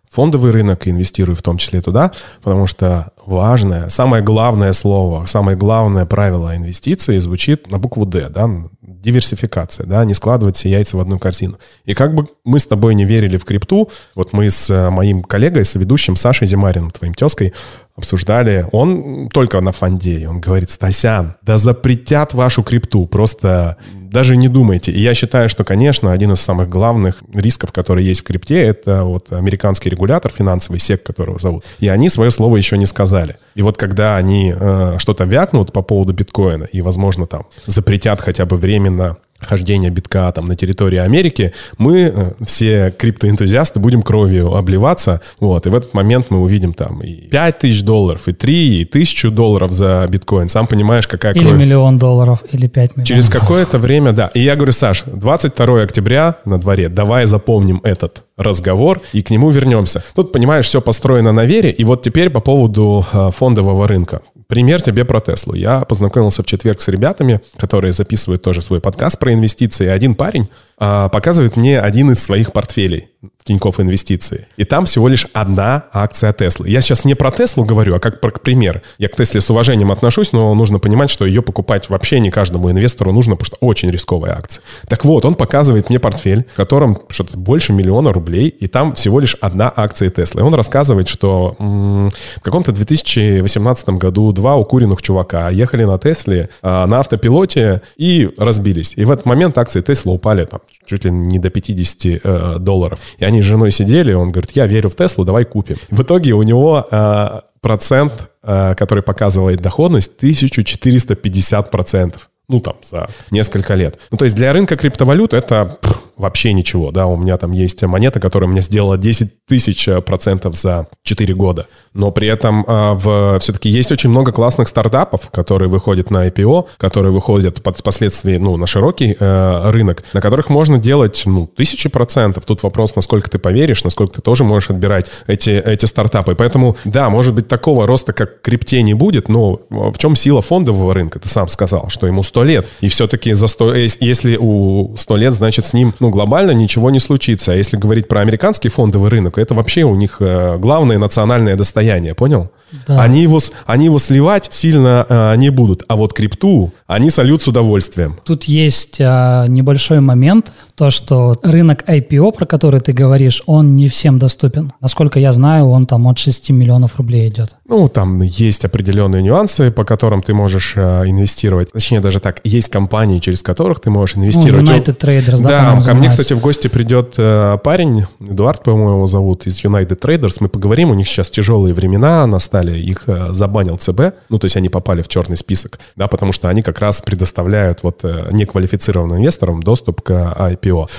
фондовый рынок и инвестирую в том числе туда, потому что важное, самое главное слово, самое главное правило инвестиций звучит на букву «Д», да, диверсификация, да, не складывать все яйца в одну корзину. И как бы мы с тобой не верили в крипту, вот мы с моим коллегой, с ведущим Сашей Зимариным, твоим тезкой, обсуждали, он только на фонде, он говорит: Стасян, да запретят вашу крипту, просто даже не думайте. И я считаю, что, конечно, один из самых главных рисков, которые есть в крипте, это вот американский регулятор финансовый, сек, которого зовут, и они свое слово еще не сказали. И вот когда они э, что-то вякнут по поводу биткоина и, возможно, там запретят хотя бы временно хождение битка там на территории Америки, мы, все криптоэнтузиасты, будем кровью обливаться, вот, и в этот момент мы увидим там и пять тысяч долларов, и три, и тысячу долларов за биткоин. Сам понимаешь, какая или кровь. Или миллион долларов, или пять миллионов. Через какое-то время, да. И я говорю: Саш, двадцать второго октября на дворе, давай запомним этот разговор и к нему вернемся. Тут, понимаешь, все построено на вере. И вот теперь по поводу э, фондового рынка. Пример тебе про Теслу. Я познакомился в четверг с ребятами, которые записывают тоже свой подкаст про инвестиции. И один парень а, показывает мне один из своих портфелей в Тинькофф Инвестиции. И там всего лишь одна акция Теслы. Я сейчас не про Теслу говорю, а как про пример. Я к Тесле с уважением отношусь, но нужно понимать, что ее покупать вообще не каждому инвестору нужно, потому что очень рисковая акция. Так вот, он показывает мне портфель, в котором что-то больше миллиона рублей, и там всего лишь одна акция Теслы. И он рассказывает, что м- в каком-то две тысячи восемнадцатом году два укуренных чувака ехали на Тесле а, на автопилоте и разбились. И в этот момент акции Тесла упали там чуть ли не до пятьдесят э, долларов. И они с женой сидели, он говорит: я верю в Теслу, давай купим. В итоге у него э, процент, э, который показывает доходность, тысяча четыреста пятьдесят процентов. Ну, там, за несколько лет. Ну, то есть для рынка криптовалют это пфф, вообще ничего, да. У меня там есть монета, которая мне сделала десять тысяч процентов за четыре года. Но при этом э, в, все-таки есть очень много классных стартапов, которые выходят на ай пи о, которые выходят под, впоследствии, ну, на широкий э, рынок, на которых можно делать, ну, тысячи процентов. Тут вопрос, насколько ты поверишь, насколько ты тоже можешь отбирать эти, эти стартапы. Поэтому, да, может быть, такого роста, как в крипте, не будет, но в чем сила фондового рынка? Ты сам сказал, что ему сто лет. И все-таки за сто, если у сто лет, значит, с ним, ну, глобально ничего не случится. А если говорить про американский фондовый рынок, это вообще у них главное национальное достояние, понял? Да. Они его, они его сливать сильно э, не будут. А вот крипту они сольют с удовольствием. Тут есть э, небольшой момент, то, что рынок ай пи о, про который ты говоришь, он не всем доступен. Насколько я знаю, он там от шести миллионов рублей идет. Ну, там есть определенные нюансы, по которым ты можешь э, инвестировать. Точнее, даже так, есть компании, через которых ты можешь инвестировать. Ну, United Traders, да, да, ко мне, занимается. Кстати, в гости придет э, парень, Эдуард, по-моему, его зовут, из United Traders. Мы поговорим, у них сейчас тяжелые времена настали. Их забанил ЦБ, ну, то есть они попали в черный список, да, потому что они как раз предоставляют вот неквалифицированным инвесторам доступ к ай пи о.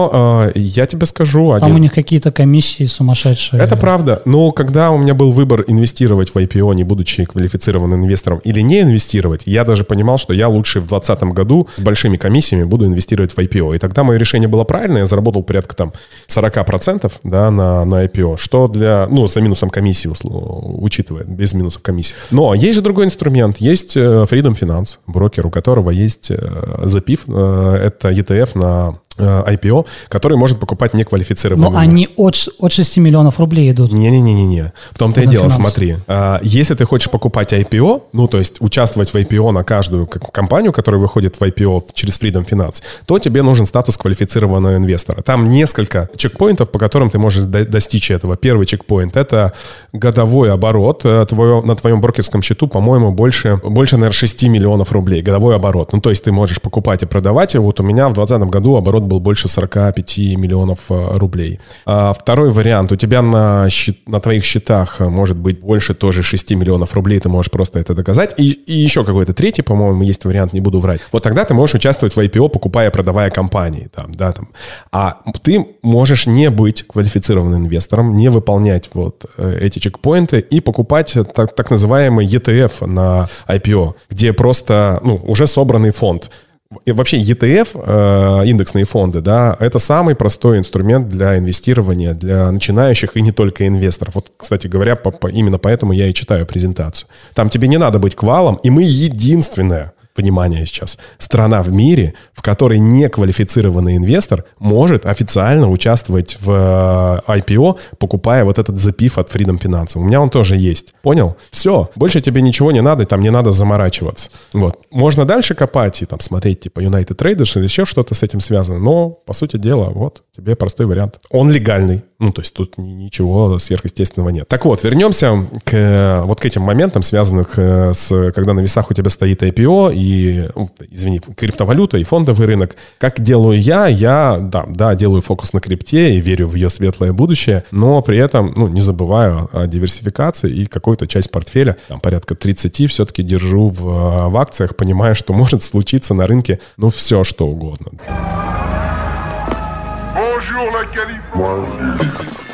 Но э, я тебе скажу... Там один... у них какие-то комиссии сумасшедшие. Это правда, но когда у меня был выбор инвестировать в ай пи о, не будучи квалифицированным инвестором, или не инвестировать, я даже понимал, что я лучше в двадцатом году с большими комиссиями буду инвестировать в ай пи о. И тогда мое решение было правильное, я заработал порядка там сорок процентов, да, на, на ай пи о, что для, ну, за минусом комиссии, учитывая, без минусов комиссии. Но есть же другой инструмент. Есть Freedom Finance, брокер, у которого есть запив. Это и ти эф на ай пи о, который может покупать неквалифицированные. Но они от, от шести миллионов рублей идут. Не-не-не-не. В том-то и дело, смотри. Если ты хочешь покупать ай пи о, ну, то есть участвовать в ай пи о на каждую компанию, которая выходит в ай пи о через Freedom Finance, то тебе нужен статус квалифицированного инвестора. Там несколько чекпоинтов, по которым ты можешь достичь этого. Первый чекпоинт — это годовой оборот. Твое, на твоем брокерском счету, по-моему, больше, больше, наверное, шести миллионов рублей. Годовой оборот. Ну, то есть ты можешь покупать и продавать. И вот у меня в двадцатом году оборот был больше сорок пять миллионов рублей. А второй вариант. У тебя на, счет, на твоих счетах может быть больше тоже шести миллионов рублей. Ты можешь просто это доказать. И, и еще какой-то третий, по-моему, есть вариант, не буду врать. Вот тогда ты можешь участвовать в ай пи о, покупая, продавая компании. Там, да, там. А ты можешь не быть квалифицированным инвестором, не выполнять вот эти чекпоинты и покупать так, так называемый и ти эф на ай пи о, где просто, ну, уже собранный фонд. И вообще и ти эф, э, индексные фонды, да, это самый простой инструмент для инвестирования для начинающих и не только инвесторов. Вот, кстати говоря, по, по, именно поэтому я и читаю презентацию. Там тебе не надо быть квалом, и мы единственная внимание сейчас, страна в мире, в которой неквалифицированный инвестор может официально участвовать в ай пи о, покупая вот этот запив от Freedom Finance. У меня он тоже есть. Понял? Все. Больше тебе ничего не надо, там не надо заморачиваться. Вот. Можно дальше копать и там смотреть типа United Traders или еще что-то с этим связано, но, по сути дела, вот тебе простой вариант. Он легальный. Ну, то есть тут ничего сверхъестественного нет. Так вот, вернемся к вот к этим моментам, связанных с, когда на весах у тебя стоит ай пи о и, извини, криптовалюта и фондовый рынок. Как делаю я? Я, да, да, делаю фокус на крипте и верю в ее светлое будущее, но при этом, ну, не забываю о диверсификации и какую-то часть портфеля, там, порядка тридцать, все-таки держу в, в акциях, понимая, что может случиться на рынке, ну, все, что угодно. Bonjour la Californie.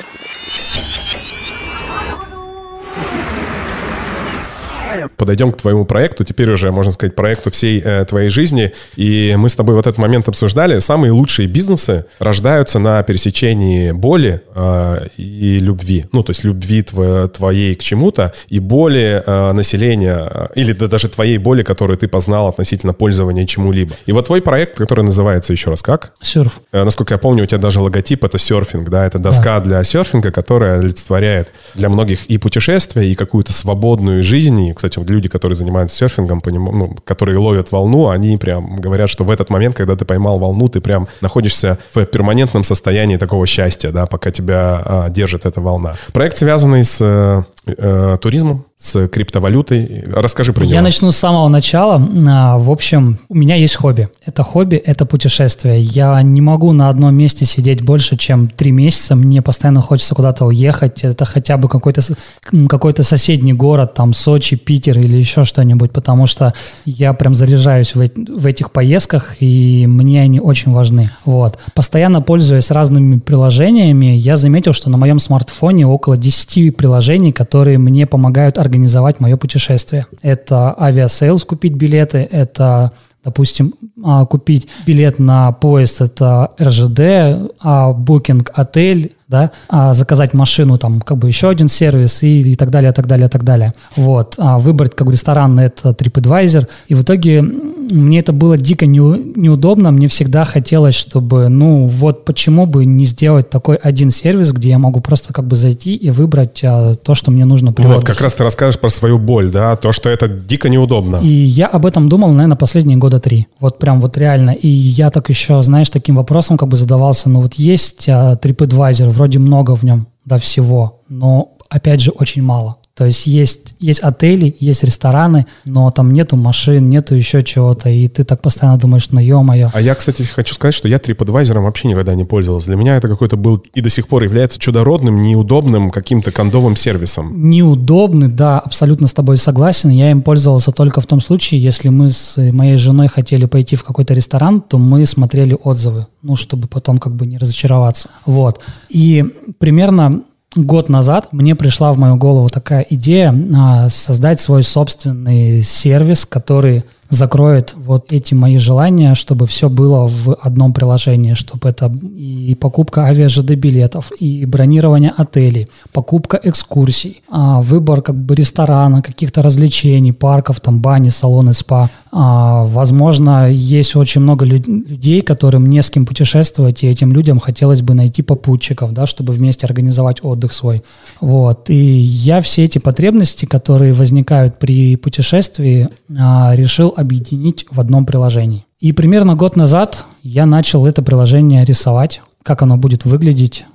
Подойдем к твоему проекту, теперь уже, можно сказать, проекту всей э, твоей жизни. И мы с тобой вот этот момент обсуждали. Самые лучшие бизнесы рождаются на пересечении боли э, и любви. Ну, то есть любви тв- твоей к чему-то и боли э, населения, или да, даже твоей боли, которую ты познал относительно пользования чему-либо. И вот твой проект, который называется еще раз как? Серф. Э, насколько я помню, у тебя даже логотип — это серфинг, да? Это доска да. для серфинга, которая олицетворяет для многих и путешествия, и какую-то свободную жизнь. И, кстати, вот люди, которые занимаются серфингом, поним... ну, которые ловят волну, они прям говорят, что в этот момент, когда ты поймал волну, ты прям находишься в перманентном состоянии такого счастья, да, пока тебя а, держит эта волна. Проект, связанный с э, э, туризмом, с криптовалютой. Расскажи про него. Я начну с самого начала. В общем, у меня есть хобби. Это хобби, это путешествие. Я не могу на одном месте сидеть больше, чем три месяца. Мне постоянно хочется куда-то уехать. Это хотя бы какой-то, какой-то соседний город, там Сочи, Питер или еще что-нибудь, потому что я прям заряжаюсь в, в этих поездках, и мне они очень важны. Вот. Постоянно пользуясь разными приложениями, я заметил, что на моем смартфоне около десять приложений, которые мне помогают организовать организовать мое путешествие. Это авиасейлс, купить билеты, это, допустим, купить билет на поезд, это эр жэ дэ, а букинг отель, да, а заказать машину, там, как бы еще один сервис и, и так далее, так далее, так далее. Вот. А выбрать, как бы, ресторан, это TripAdvisor. И в итоге мне это было дико не, неудобно. Мне всегда хотелось, чтобы, ну, вот почему бы не сделать такой один сервис, где я могу просто, как бы, зайти и выбрать а, то, что мне нужно при Вот, отдыхе. как раз ты расскажешь про свою боль, да, то, что это дико неудобно. И я об этом думал, наверное, последние года три. Вот прям вот реально. И я так еще, знаешь, таким вопросом, как бы, задавался, ну, вот есть а, TripAdvisor, вроде много в нем, да, всего, но, опять же, очень мало. То есть есть, есть отели, есть рестораны, но там нету машин, нету еще чего-то, и ты так постоянно думаешь, ну ё-моё. А я, кстати, хочу сказать, что я TripAdvisor вообще никогда не пользовался. Для меня это какой-то был и до сих пор является чудородным, неудобным каким-то кондовым сервисом. Неудобный, да, абсолютно с тобой согласен. Я им пользовался только в том случае, если мы с моей женой хотели пойти в какой-то ресторан, то мы смотрели отзывы, ну, чтобы потом как бы не разочароваться. Вот. И примерно год назад мне пришла в мою голову такая идея а, создать свой собственный сервис, который закроет вот эти мои желания, чтобы все было в одном приложении, чтобы это и покупка авиа жэ дэ билетов, и бронирование отелей, покупка экскурсий, а, выбор как бы ресторана, каких-то развлечений, парков, там бани, салоны, спа. А, возможно, есть очень много люд- людей, которым не с кем путешествовать, и этим людям хотелось бы найти попутчиков, да, чтобы вместе организовать отдых свой. Вот. И я все эти потребности, которые возникают при путешествии, а, решил объединить в одном приложении. И примерно год назад я начал это приложение рисовать, как оно будет выглядеть,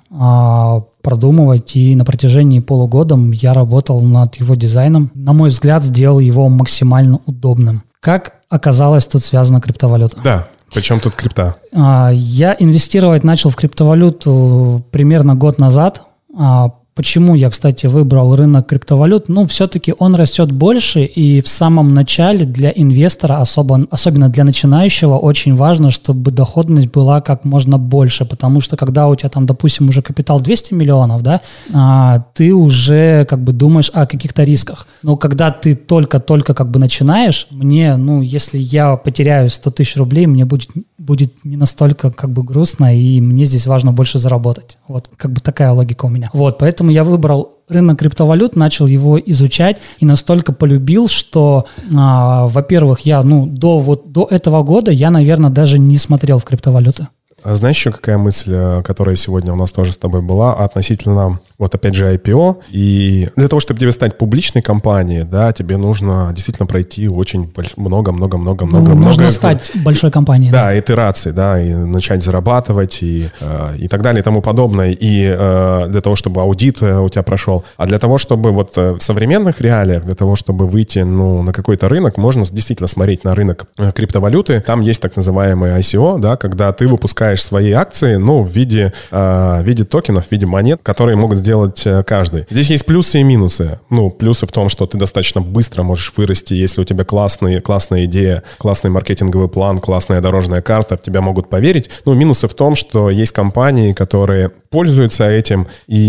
продумывать, и на протяжении полугода я работал над его дизайном. На мой взгляд, сделал его максимально удобным. Как оказалось, тут связана криптовалюта. Да, причем тут крипта? Я инвестировать начал в криптовалюту примерно год назад. Почему я, кстати, выбрал рынок криптовалют? Ну, все-таки он растет больше, и в самом начале для инвестора, особо, особенно для начинающего, очень важно, чтобы доходность была как можно больше, потому что когда у тебя там, допустим, уже капитал двести миллионов, да, а, ты уже как бы думаешь о каких-то рисках. Но когда ты только-только как бы начинаешь, мне, ну, если я потеряю сто тысяч рублей, мне будет будет не настолько как бы грустно, и мне здесь важно больше заработать. Вот как бы такая логика у меня. Вот, поэтому я выбрал рынок криптовалют, начал его изучать и настолько полюбил, что, а, во-первых, я, ну, до, вот, до этого года я, наверное, даже не смотрел в криптовалюты. А знаешь еще какая мысль, которая сегодня у нас тоже с тобой была, относительно, вот опять же, ай пи о. И для того, чтобы тебе стать публичной компанией, да, тебе нужно действительно пройти очень много-много-много-много... Ну, много, нужно много, стать большой компанией. Да, да, итераций, да, и начать зарабатывать, и, и так далее, и тому подобное. И для того, чтобы аудит у тебя прошел. А для того, чтобы вот в современных реалиях, для того, чтобы выйти, ну, на какой-то рынок, можно действительно смотреть на рынок криптовалюты. Там есть так называемый ай си о, да, когда ты выпускаешь свои акции, ну, в виде, э, в виде токенов, в виде монет, которые могут сделать э, каждый. Здесь есть плюсы и минусы. Ну, плюсы в том, что ты достаточно быстро можешь вырасти, если у тебя классный, классная идея, классный маркетинговый план, классная дорожная карта, в тебя могут поверить. Ну, минусы в том, что есть компании, которые пользуются этим,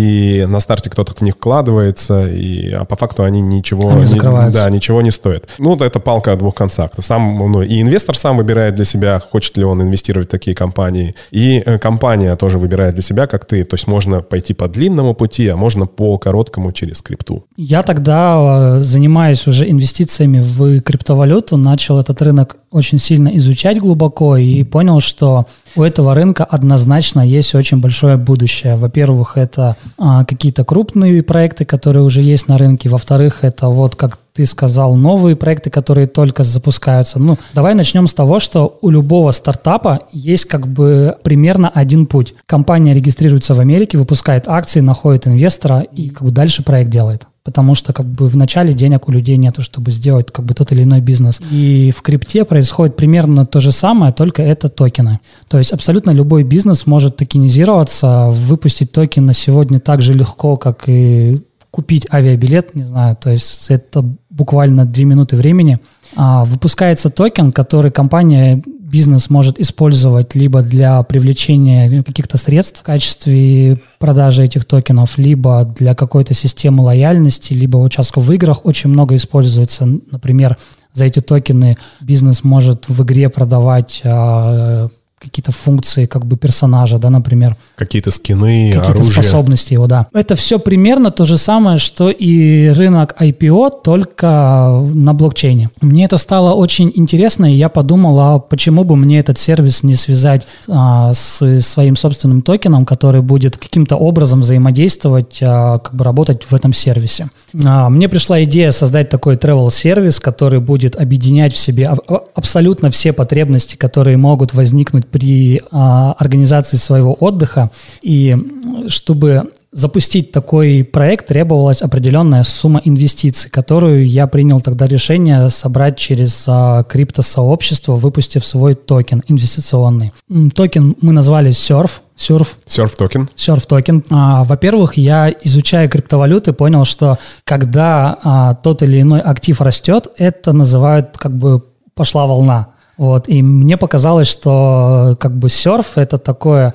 и на старте кто-то в них вкладывается, и, а по факту они ничего, они не, да, ничего не стоят. Ну, это палка о двух концах. Сам, ну, и инвестор сам выбирает для себя, хочет ли он инвестировать в такие компании, и компания тоже выбирает для себя, как ты. То есть можно пойти по длинному пути, а можно по короткому через крипту. Я тогда, занимаясь уже инвестициями в криптовалюту, начал этот рынок очень сильно изучать глубоко и понял, что у этого рынка однозначно есть очень большое будущее. Во-первых, это а, какие-то крупные проекты, которые уже есть на рынке. Во-вторых, это вот, как ты сказал, новые проекты, которые только запускаются. Ну, давай начнем с того, что у любого стартапа есть как бы примерно один путь. Компания регистрируется в Америке, выпускает акции, находит инвестора и как бы дальше проект делает. Потому что как бы в начале денег у людей нету, чтобы сделать как бы тот или иной бизнес. И в крипте происходит примерно то же самое, только это токены. То есть абсолютно любой бизнес может токенизироваться, выпустить токены сегодня так же легко, как и купить авиабилет, не знаю, то есть это буквально две минуты времени. А, выпускается токен, который компания, бизнес может использовать либо для привлечения каких-то средств в качестве продажи этих токенов, либо для какой-то системы лояльности, либо участка в играх очень много используется. Например, за эти токены бизнес может в игре продавать а, какие-то функции как бы персонажа, да, например. Какие-то скины, какие-то оружие. способности его, да. Это все примерно то же самое, что и рынок ай пи о, только на блокчейне. Мне это стало очень интересно, и я подумал, а почему бы мне этот сервис не связать а, с своим собственным токеном, который будет каким-то образом взаимодействовать, а, как бы работать в этом сервисе. А, мне пришла идея создать такой travel-сервис, который будет объединять в себе а, абсолютно все потребности, которые могут возникнуть при а, организации своего отдыха. И чтобы запустить такой проект, требовалась определенная сумма инвестиций, которую я принял тогда решение собрать через а, криптосообщество, выпустив свой токен инвестиционный. Токен мы назвали Surf. Surf. Surf токен. Surf токен. А, во-первых, я, изучая криптовалюты, понял, что когда а, тот или иной актив растет, это называют как бы пошла волна. Вот, и мне показалось, что как бы серф — это такое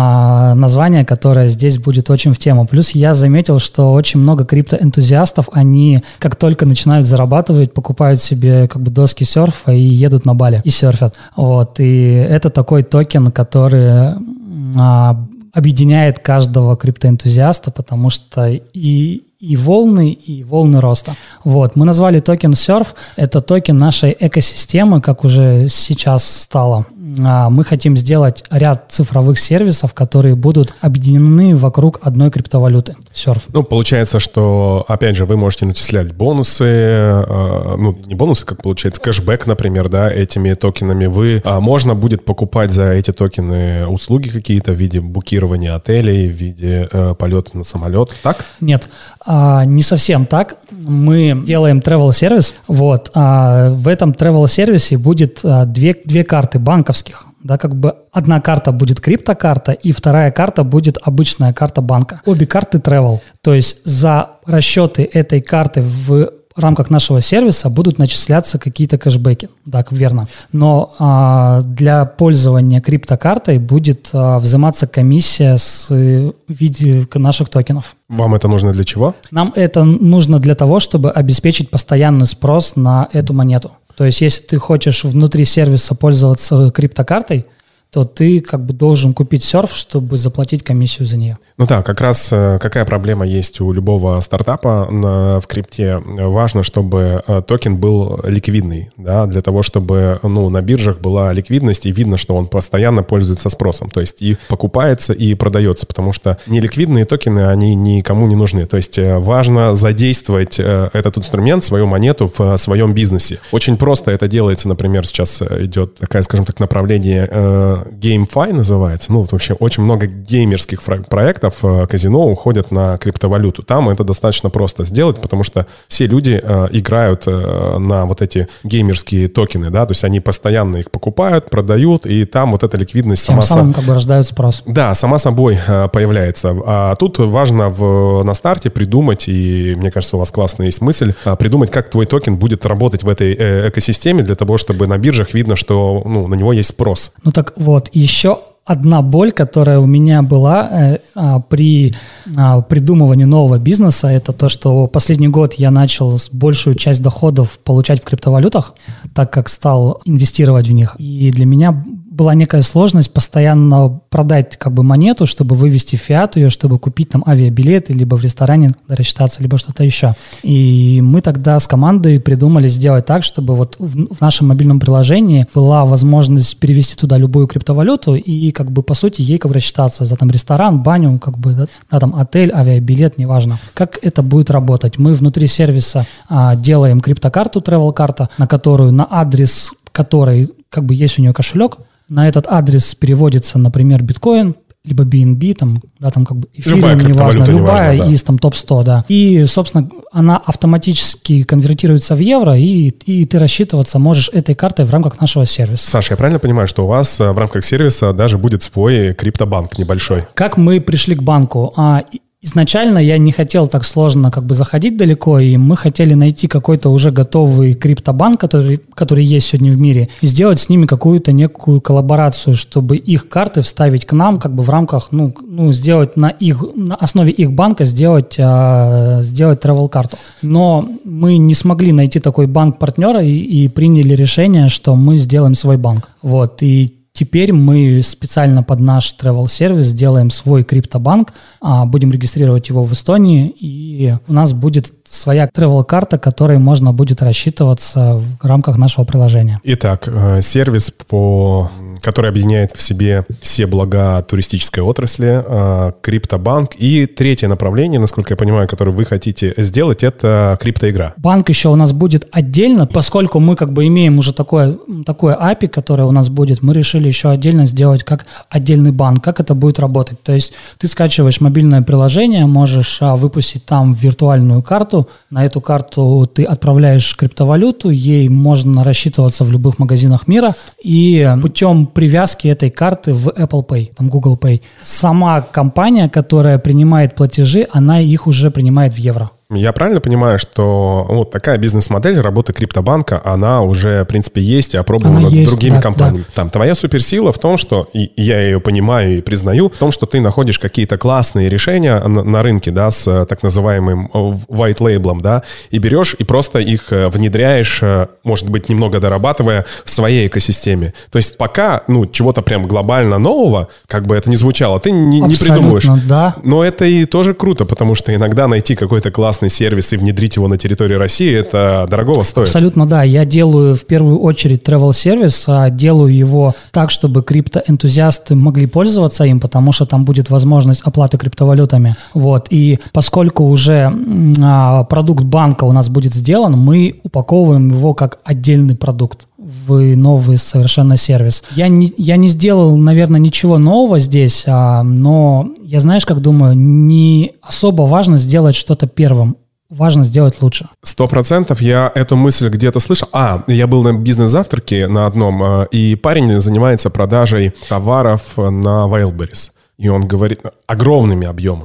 а, название, которое здесь будет очень в тему. Плюс я заметил, что очень много криптоэнтузиастов, они как только начинают зарабатывать, покупают себе как бы доски серфа и едут на Бали и серфят. Вот, и это такой токен, который а, объединяет каждого криптоэнтузиаста, потому что и и волны, и волны роста. Вот. Мы назвали токен Surf. Это токен нашей экосистемы, как уже сейчас стало. Мы хотим сделать ряд цифровых сервисов, которые будут объединены вокруг одной криптовалюты. Surf. Ну, получается, что, опять же, вы можете начислять бонусы, ну, не бонусы, как получается, кэшбэк, например, да, этими токенами. Вы, можно будет покупать за эти токены услуги какие-то в виде букирования отелей, в виде полета на самолет, так? Нет. А, не совсем так. Мы делаем travel-сервис. Вот. А в этом travel-сервисе будет а, две, две карты банковских. Да, как бы одна карта будет криптокарта, и вторая карта будет обычная карта банка. Обе карты travel. То есть за расчеты этой карты в в рамках нашего сервиса будут начисляться какие-то кэшбэки. Так, верно. Но а, для пользования криптокартой будет а, взиматься комиссия с, в виде наших токенов. Вам это нужно для чего? Нам это нужно для того, чтобы обеспечить постоянный спрос на эту монету. То есть, если ты хочешь внутри сервиса пользоваться криптокартой, то ты как бы должен купить серф, чтобы заплатить комиссию за нее. Ну да, как раз какая проблема есть у любого стартапа на, в крипте. Важно, чтобы токен был ликвидный, да, для того, чтобы ну, на биржах была ликвидность, и видно, что он постоянно пользуется спросом. То есть и покупается, и продается, потому что неликвидные токены, они никому не нужны. То есть важно задействовать этот инструмент, свою монету в своем бизнесе. Очень просто это делается, например, сейчас идет такая, скажем так, направление э, GameFi называется. Ну, вот вообще очень много геймерских проектов э, казино уходят на криптовалюту. Там это достаточно просто сделать, потому что все люди э, играют э, на вот эти геймерские токены, да, то есть они постоянно их покупают, продают, и там вот эта ликвидность Тем сама... самым как бы рождают спрос. Да, сама собой э, появляется. А тут важно в, на старте придумать, и мне кажется, у вас классная есть мысль, э, придумать, как твой токен будет работать в этой э, экосистеме для того, чтобы на биржах видно, что ну, на него есть спрос. Ну так вот, еще одна боль, которая у меня была э, а, при а, придумывании нового бизнеса, это то, что последний год я начал большую часть доходов получать в криптовалютах, так как стал инвестировать в них. И для меня была некая сложность постоянно продать как бы монету, чтобы вывести фиат ее, чтобы купить там авиабилеты, либо в ресторане рассчитаться, либо что-то еще. И мы тогда с командой придумали сделать так, чтобы вот в, в нашем мобильном приложении была возможность перевести туда любую криптовалюту и как бы по сути ей как бы рассчитаться за там ресторан, баню, как бы да, да, там отель, авиабилет, неважно. Как это будет работать? Мы внутри сервиса а, делаем криптокарту, travel-карта, на которую, на адрес которой как бы есть у нее кошелек. На этот адрес переводится, например, биткоин, либо би эн би, там, да, там как бы эфириум, неважно, любая неважно, да. Из там топ сто, да. И, собственно, она автоматически конвертируется в евро, и, и ты рассчитываться можешь этой картой в рамках нашего сервиса. Саша, я правильно понимаю, что у вас в рамках сервиса даже будет свой криптобанк небольшой? Как мы пришли к банку? А, Изначально я не хотел так сложно как бы заходить далеко, и мы хотели найти какой-то уже готовый криптобанк, который, который есть сегодня в мире, и сделать с ними какую-то некую коллаборацию, чтобы их карты вставить к нам как бы в рамках, ну, ну сделать на их, на основе их банка сделать, а, сделать travel-карту. Но мы не смогли найти такой банк-партнера и, и приняли решение, что мы сделаем свой банк. Вот, и теперь мы специально под наш travel-сервис сделаем свой криптобанк, будем регистрировать его в Эстонии, и у нас будет своя travel-карта, которой можно будет рассчитываться в рамках нашего приложения. Итак, сервис, по... который объединяет в себе все блага туристической отрасли, криптобанк. И третье направление, насколько я понимаю, которое вы хотите сделать, это криптоигра. Банк еще у нас будет отдельно, поскольку мы как бы имеем уже такое, такое эй пи ай, которое у нас будет, мы решили еще отдельно сделать как отдельный банк. Как это будет работать? То есть ты скачиваешь мобильное приложение, можешь а, выпустить там виртуальную карту, на эту карту ты отправляешь криптовалюту, ей можно рассчитываться в любых магазинах мира, и путем привязки этой карты в Apple Pay, там Google Pay, сама компания, которая принимает платежи, она их уже принимает в евро. Я правильно понимаю, что вот такая бизнес-модель работы криптобанка, она уже, в принципе, есть и опробована есть, другими да, компаниями. Да. Там твоя суперсила в том, что, и я ее понимаю и признаю, в том, что ты находишь какие-то классные решения на, на рынке, да, с так называемым white label, да, и берешь и просто их внедряешь, может быть, немного дорабатывая в своей экосистеме. То есть пока, ну, чего-то прям глобально нового, как бы это ни звучало, ты не, не придумываешь. Да. Но это и тоже круто, потому что иногда найти какой-то классный сервис и внедрить его на территории России, это дорогого стоит. Абсолютно, да. Я делаю в первую очередь travel-сервис, а делаю его так, чтобы криптоэнтузиасты могли пользоваться им, потому что там будет возможность оплаты криптовалютами. Вот. И поскольку уже а, продукт банка у нас будет сделан, мы упаковываем его как отдельный продукт в новый совершенно сервис. Я не, я не сделал, наверное, ничего нового здесь, а, но я, знаешь, как думаю, не особо важно сделать что-то первым. Важно сделать лучше. Сто процентов я эту мысль где-то слышал. А, я был на бизнес-завтраке на одном, и парень занимается продажей товаров на Wildberries. И он говорит огромными объемами.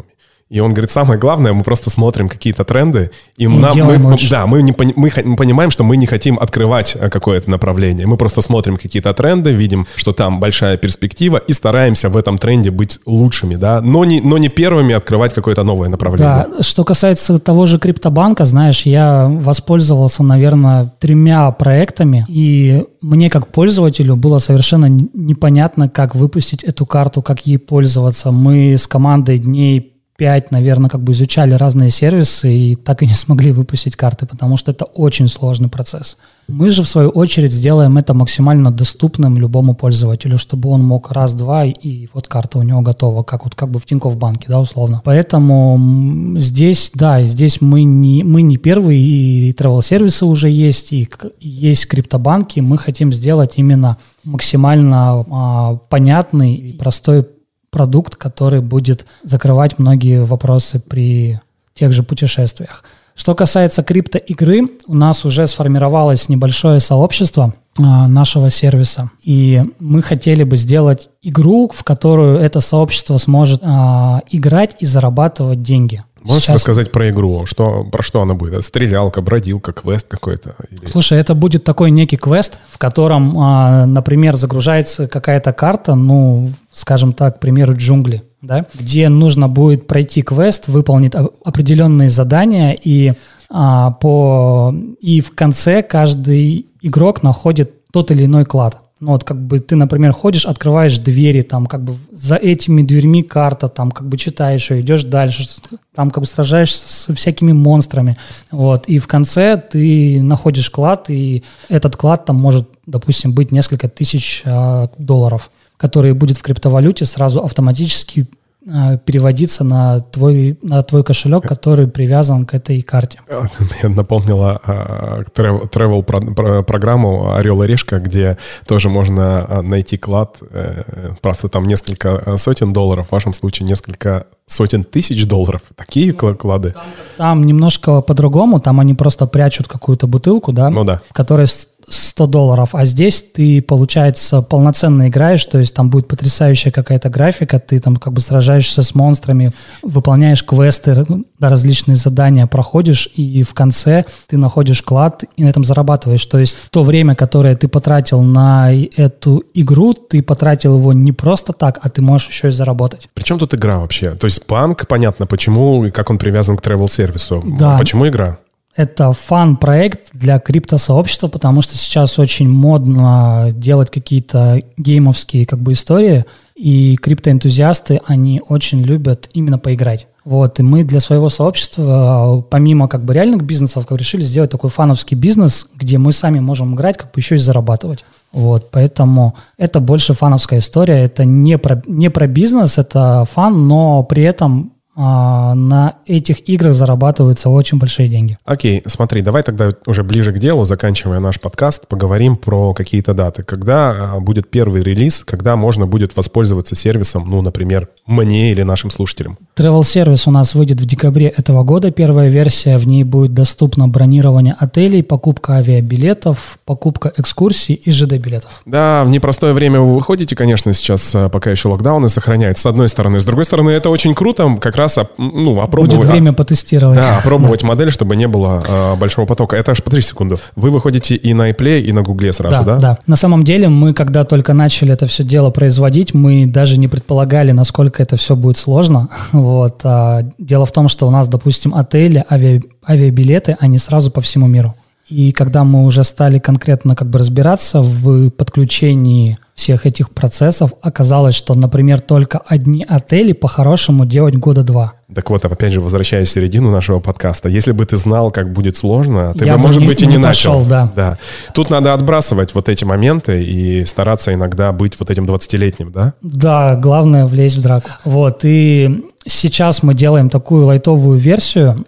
И он говорит, самое главное, мы просто смотрим какие-то тренды, и, и нам, мы, лучше. да, мы, не, мы, мы понимаем, что мы не хотим открывать какое-то направление. Мы просто смотрим какие-то тренды, видим, что там большая перспектива, и стараемся в этом тренде быть лучшими, да, но не, но не первыми открывать какое-то новое направление. Да, что касается того же криптобанка, знаешь, я воспользовался, наверное, тремя проектами, и мне как пользователю было совершенно непонятно, как выпустить эту карту, как ей пользоваться. Мы с командой дней пять, наверное, как бы изучали разные сервисы и так и не смогли выпустить карты, потому что это очень сложный процесс. Мы же, в свою очередь, сделаем это максимально доступным любому пользователю, чтобы он мог раз-два, и вот карта у него готова, как вот как бы в Тинькофф банке, да, условно. Поэтому здесь, да, здесь мы не, мы не первые, и travel-сервисы уже есть, и есть криптобанки. Мы хотим сделать именно максимально а, понятный и простой продукт, который будет закрывать многие вопросы при тех же путешествиях. Что касается криптоигры, у нас уже сформировалось небольшое сообщество а, нашего сервиса, и мы хотели бы сделать игру, в которую это сообщество сможет а, играть и зарабатывать деньги. Можешь Сейчас... рассказать про игру? Что, про что она будет? Стрелялка, бродилка, квест какой-то? Или... Слушай, это будет такой некий квест, в котором, а, например, загружается какая-то карта, ну, скажем так, к примеру, джунгли, да, где нужно будет пройти квест, выполнить определенные задания, и, а, по... и в конце каждый игрок находит тот или иной клад. Ну вот как бы ты, например, ходишь, открываешь двери, там как бы за этими дверьми карта, там как бы читаешь ее, идешь дальше, там как бы сражаешься с всякими монстрами, вот, и в конце ты находишь клад, и этот клад там может, допустим, быть несколько тысяч э, долларов, которые будет в криптовалюте сразу автоматически переводиться на твой, на твой кошелек, который привязан к этой карте. Мне напомнила а, travel про, программу «Орел и решка», где тоже можно найти клад, э, правда, там несколько сотен долларов, в вашем случае несколько сотен тысяч долларов. Такие клады? Там, там немножко по-другому, там они просто прячут какую-то бутылку, да, ну, да. в которой сто долларов, а здесь ты, получается, полноценно играешь, то есть там будет потрясающая какая-то графика, ты там как бы сражаешься с монстрами, выполняешь квесты, да, различные задания проходишь, и в конце ты находишь клад и на этом зарабатываешь. То есть то время, которое ты потратил на эту игру, ты потратил его не просто так, а ты можешь еще и заработать. При чем тут игра вообще? То есть банк, понятно, почему и как он привязан к travel-сервису. Да. Почему игра? Это фан-проект для криптосообщества, потому что сейчас очень модно делать какие-то геймовские как бы истории, и криптоэнтузиасты, они очень любят именно поиграть. Вот, и мы для своего сообщества, помимо как бы реальных бизнесов, как решили сделать такой фановский бизнес, где мы сами можем играть, как бы еще и зарабатывать. Вот, поэтому это больше фановская история, это не про, не про бизнес, это фан, но при этом а, на этих играх зарабатываются очень большие деньги. Окей, смотри, давай тогда уже ближе к делу, заканчивая наш подкаст, поговорим про какие-то даты. Когда будет первый релиз, когда можно будет воспользоваться сервисом, ну, например, мне или нашим слушателям? Travel-сервис у нас выйдет в декабре этого года. Первая версия, в ней будет доступно бронирование отелей, покупка авиабилетов, покупка экскурсий и ЖД-билетов. Да, в непростое время вы выходите, конечно, сейчас пока еще локдауны сохраняются, с одной стороны. С другой стороны, это очень круто, как раз ну, опробовать... Будет время потестировать. Да, опробовать модель, чтобы не было а, большого потока. Это аж, подожди секунду, вы выходите и на iPlay, и на Гугле сразу, да? Да, да. На самом деле, мы, когда только начали это все дело производить, мы даже не предполагали, насколько это все будет сложно. Вот. А, дело в том, что у нас, допустим, отели, ави... авиабилеты, они сразу по всему миру. И когда мы уже стали конкретно как бы разбираться в подключении всех этих процессов, оказалось, что, например, только одни отели по-хорошему делать года два. Так вот, опять же, возвращаясь в середину нашего подкаста, если бы ты знал, как будет сложно, ты Я бы, может не, быть, и не, не начал. пошел, да. Да. Тут надо отбрасывать вот эти моменты и стараться иногда быть вот этим двадцатилетним, да? Да, главное влезть в драку. Вот, и сейчас мы делаем такую лайтовую версию,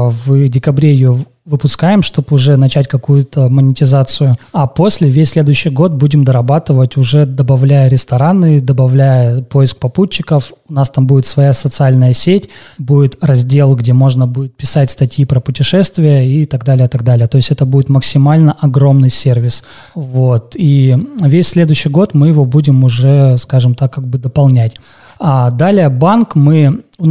в декабре ее выпускаем, чтобы уже начать какую-то монетизацию, а после весь следующий год будем дорабатывать, уже добавляя рестораны, добавляя поиск попутчиков. У нас там будет своя социальная сеть, будет раздел, где можно будет писать статьи про путешествия и так далее, так далее. То есть это будет максимально огромный сервис. Вот. И весь следующий год мы его будем уже, скажем так, как бы дополнять. А далее банк мы... У нас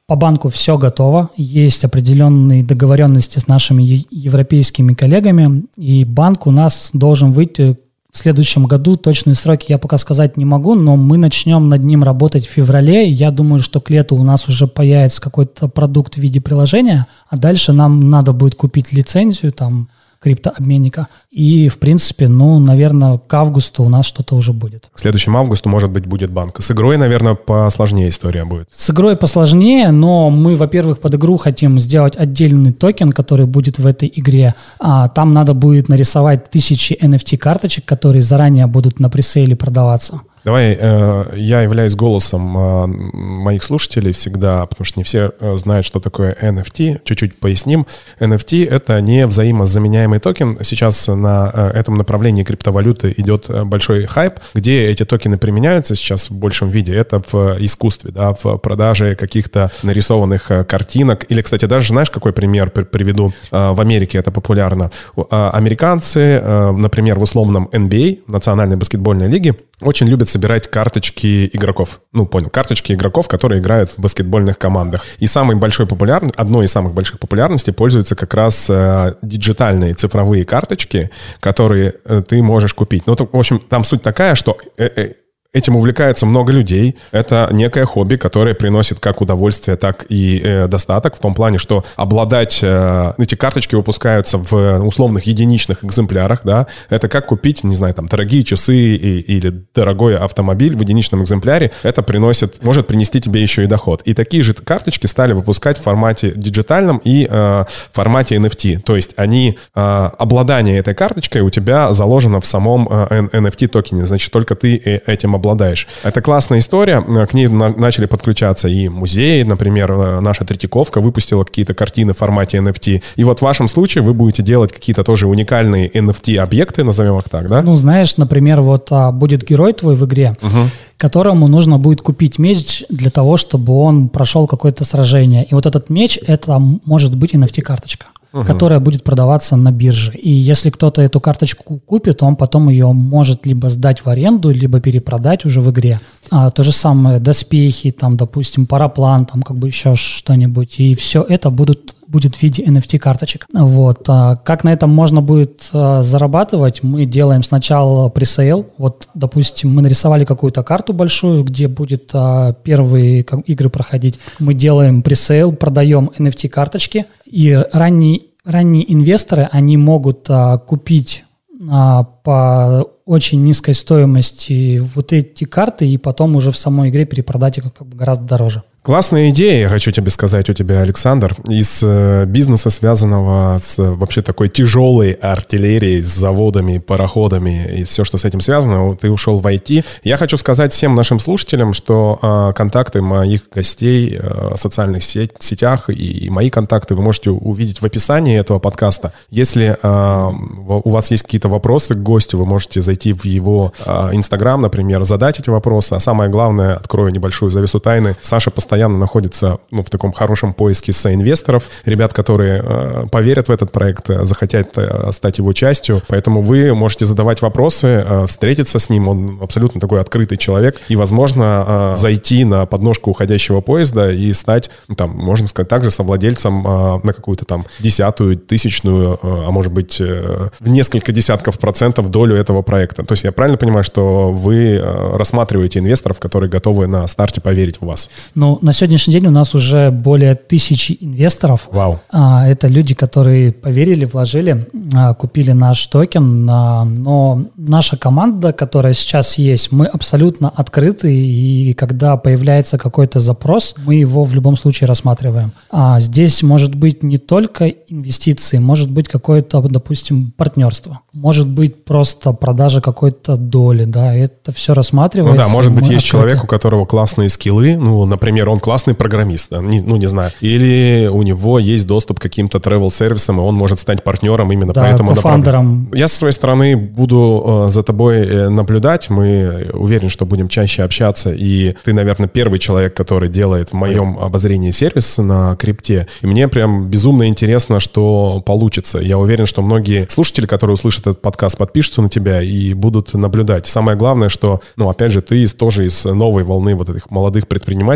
По банку все готово, есть определенные договоренности с нашими европейскими коллегами, и банк у нас должен выйти в следующем году. Точные сроки я пока сказать не могу, но мы начнем над ним работать в феврале. Я думаю, что к лету у нас уже появится какой-то продукт в виде приложения, а дальше нам надо будет купить лицензию, там, криптообменника. И, в принципе, ну, наверное, к августу у нас что-то уже будет. К следующему августу, может быть, будет банк. С игрой, наверное, посложнее история будет. С игрой посложнее, но мы, во-первых, под игру хотим сделать отдельный токен, который будет в этой игре. А там надо будет нарисовать тысячи эн эф ти-карточек, которые заранее будут на пресейле продаваться. Давай, э, я являюсь голосом э, моих слушателей всегда, потому что не все э, знают, что такое эн эф ти. Чуть-чуть поясним. эн эф ти — это не взаимозаменяемый токен. Сейчас на э, этом направлении криптовалюты идет большой хайп. Где эти токены применяются сейчас в большем виде? Это в искусстве, да, в продаже каких-то нарисованных э, картинок. Или, кстати, даже знаешь, какой пример приведу? Э, в Америке это популярно. Э, американцы, э, например, в условном эн би эй, Национальной баскетбольной лиге, очень любят собирать карточки игроков. Ну, понял, карточки игроков, которые играют в баскетбольных командах. И самой большой популярностью, одной из самых больших популярностей пользуются как раз э, диджитальные цифровые карточки, которые э, ты можешь купить. Ну, то, в общем, там суть такая, что... Э, э, Этим увлекается много людей. Это некое хобби, которое приносит как удовольствие, так и э, достаток. В том плане, что обладать... Э, эти карточки выпускаются в условных единичных экземплярах. Да? Это как купить, не знаю, там, дорогие часы и, или дорогой автомобиль в единичном экземпляре. Это приносит, может принести тебе еще и доход. И такие же карточки стали выпускать в формате диджитальном и э, в формате эн эф ти. То есть они... Э, обладание этой карточкой у тебя заложено в самом э, эн эф ти-токене. Значит, только ты этим обладаешь. обладаешь. Это классная история. К ней на- начали подключаться и музеи. Например, наша Третьяковка выпустила какие-то картины в формате эн эф ти. И вот в вашем случае вы будете делать какие-то тоже уникальные эн эф ти-объекты, назовем их так, да? Ну, знаешь, например, вот а, будет герой твой в игре, угу. которому нужно будет купить меч для того, чтобы он прошел какое-то сражение. И вот этот меч, это может быть эн эф ти-карточка. Угу. Которая будет продаваться на бирже. И если кто-то эту карточку купит, он потом ее может либо сдать в аренду, либо перепродать уже в игре. А, то же самое доспехи, там, допустим, параплан, там, как бы еще что-нибудь. И все это будут, будет в виде эн эф ти-карточек. Вот. А, как на этом можно будет а, зарабатывать? Мы делаем сначала пресейл. Вот, допустим, мы нарисовали какую-то карту большую, где будет а, первые как, игры проходить. Мы делаем пресейл, продаем эн эф ти-карточки. И ранние, ранние инвесторы, они могут а, купить а, по очень низкой стоимости вот эти карты и потом уже в самой игре перепродать их как бы гораздо дороже. Классная идея, я хочу тебе сказать, у тебя, Александр, из э, бизнеса, связанного с вообще такой тяжелой артиллерией, с заводами, пароходами и все, что с этим связано, ты ушел в ай ти. Я хочу сказать всем нашим слушателям, что э, контакты моих гостей э, в социальных сеть, сетях и, и мои контакты вы можете увидеть в описании этого подкаста. Если э, у вас есть какие-то вопросы к гостю, вы можете зайти в его Инстаграм, э, например, задать эти вопросы. А самое главное, открою небольшую завесу тайны, Саша постоянно постоянно находится ну, в таком хорошем поиске соинвесторов, ребят, которые э, поверят в этот проект, э, захотят э, стать его частью. Поэтому вы можете задавать вопросы, э, встретиться с ним. Он абсолютно такой открытый человек. И, возможно, э, зайти на подножку уходящего поезда и стать, ну, там, можно сказать, также совладельцем э, на какую-то там десятую, тысячную, э, а может быть, э, в несколько десятков процентов долю этого проекта. То есть я правильно понимаю, что вы э, рассматриваете инвесторов, которые готовы на старте поверить в вас? Ну, на сегодняшний день у нас уже более тысячи инвесторов. Вау. А, это люди, которые поверили, вложили, а, купили наш токен. А, но наша команда, которая сейчас есть, мы абсолютно открыты, и когда появляется какой-то запрос, мы его в любом случае рассматриваем. А здесь может быть не только инвестиции, может быть какое-то, допустим, партнерство. Может быть просто продажа какой-то доли, да, это все рассматривается. Ну да, может быть, есть открыты. Человек, у которого классные скиллы, ну, например, он классный программист, да, не, ну, не знаю, или у него есть доступ к каким-то travel-сервисам, и он может стать партнером именно да, по этому направлению. Я со своей стороны буду э, за тобой наблюдать, мы уверен, что будем чаще общаться, и ты, наверное, первый человек, который делает в моем обозрении сервис на крипте, и мне прям безумно интересно, что получится. Я уверен, что многие слушатели, которые услышат этот подкаст, подпишутся на тебя и будут наблюдать. Самое главное, что, ну, опять же, ты из, тоже из новой волны вот этих молодых предпринимателей, которые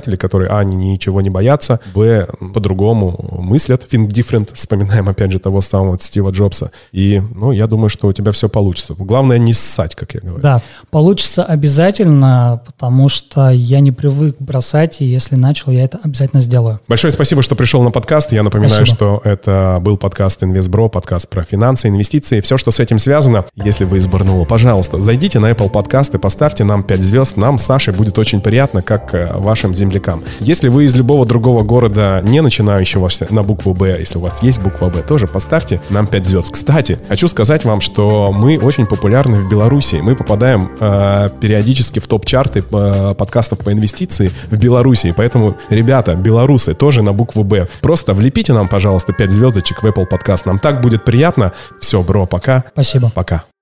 а, ничего не боятся, б, по-другому мыслят, think different, вспоминаем опять же того самого Стива Джобса. И, ну, я думаю, что у тебя все получится. Главное не ссать, как я говорю. Да, получится обязательно, потому что я не привык бросать, и если начал, я это обязательно сделаю. Большое спасибо, что пришел на подкаст. Я напоминаю, спасибо. Что это был подкаст «Инвестбро», подкаст про финансы, инвестиции, все, что с этим связано. Если вы из Барнаула, пожалуйста, зайдите на Apple подкасты, поставьте нам пять звезд. Нам, Саше, будет очень приятно, как вашим землякам. Если вы из любого другого города, не начинающегося на букву «Б», если у вас есть буква «Б», тоже поставьте нам пять звезд. Кстати, хочу сказать вам, что мы очень популярны в Беларуси. Мы попадаем э, периодически в топ-чарты э, подкастов по инвестиции в Беларуси. Поэтому, ребята, белорусы, тоже на букву «Б». Просто влепите нам, пожалуйста, пять звездочек в Apple подкаст. Нам так будет приятно. Все, бро, пока. Спасибо. Пока.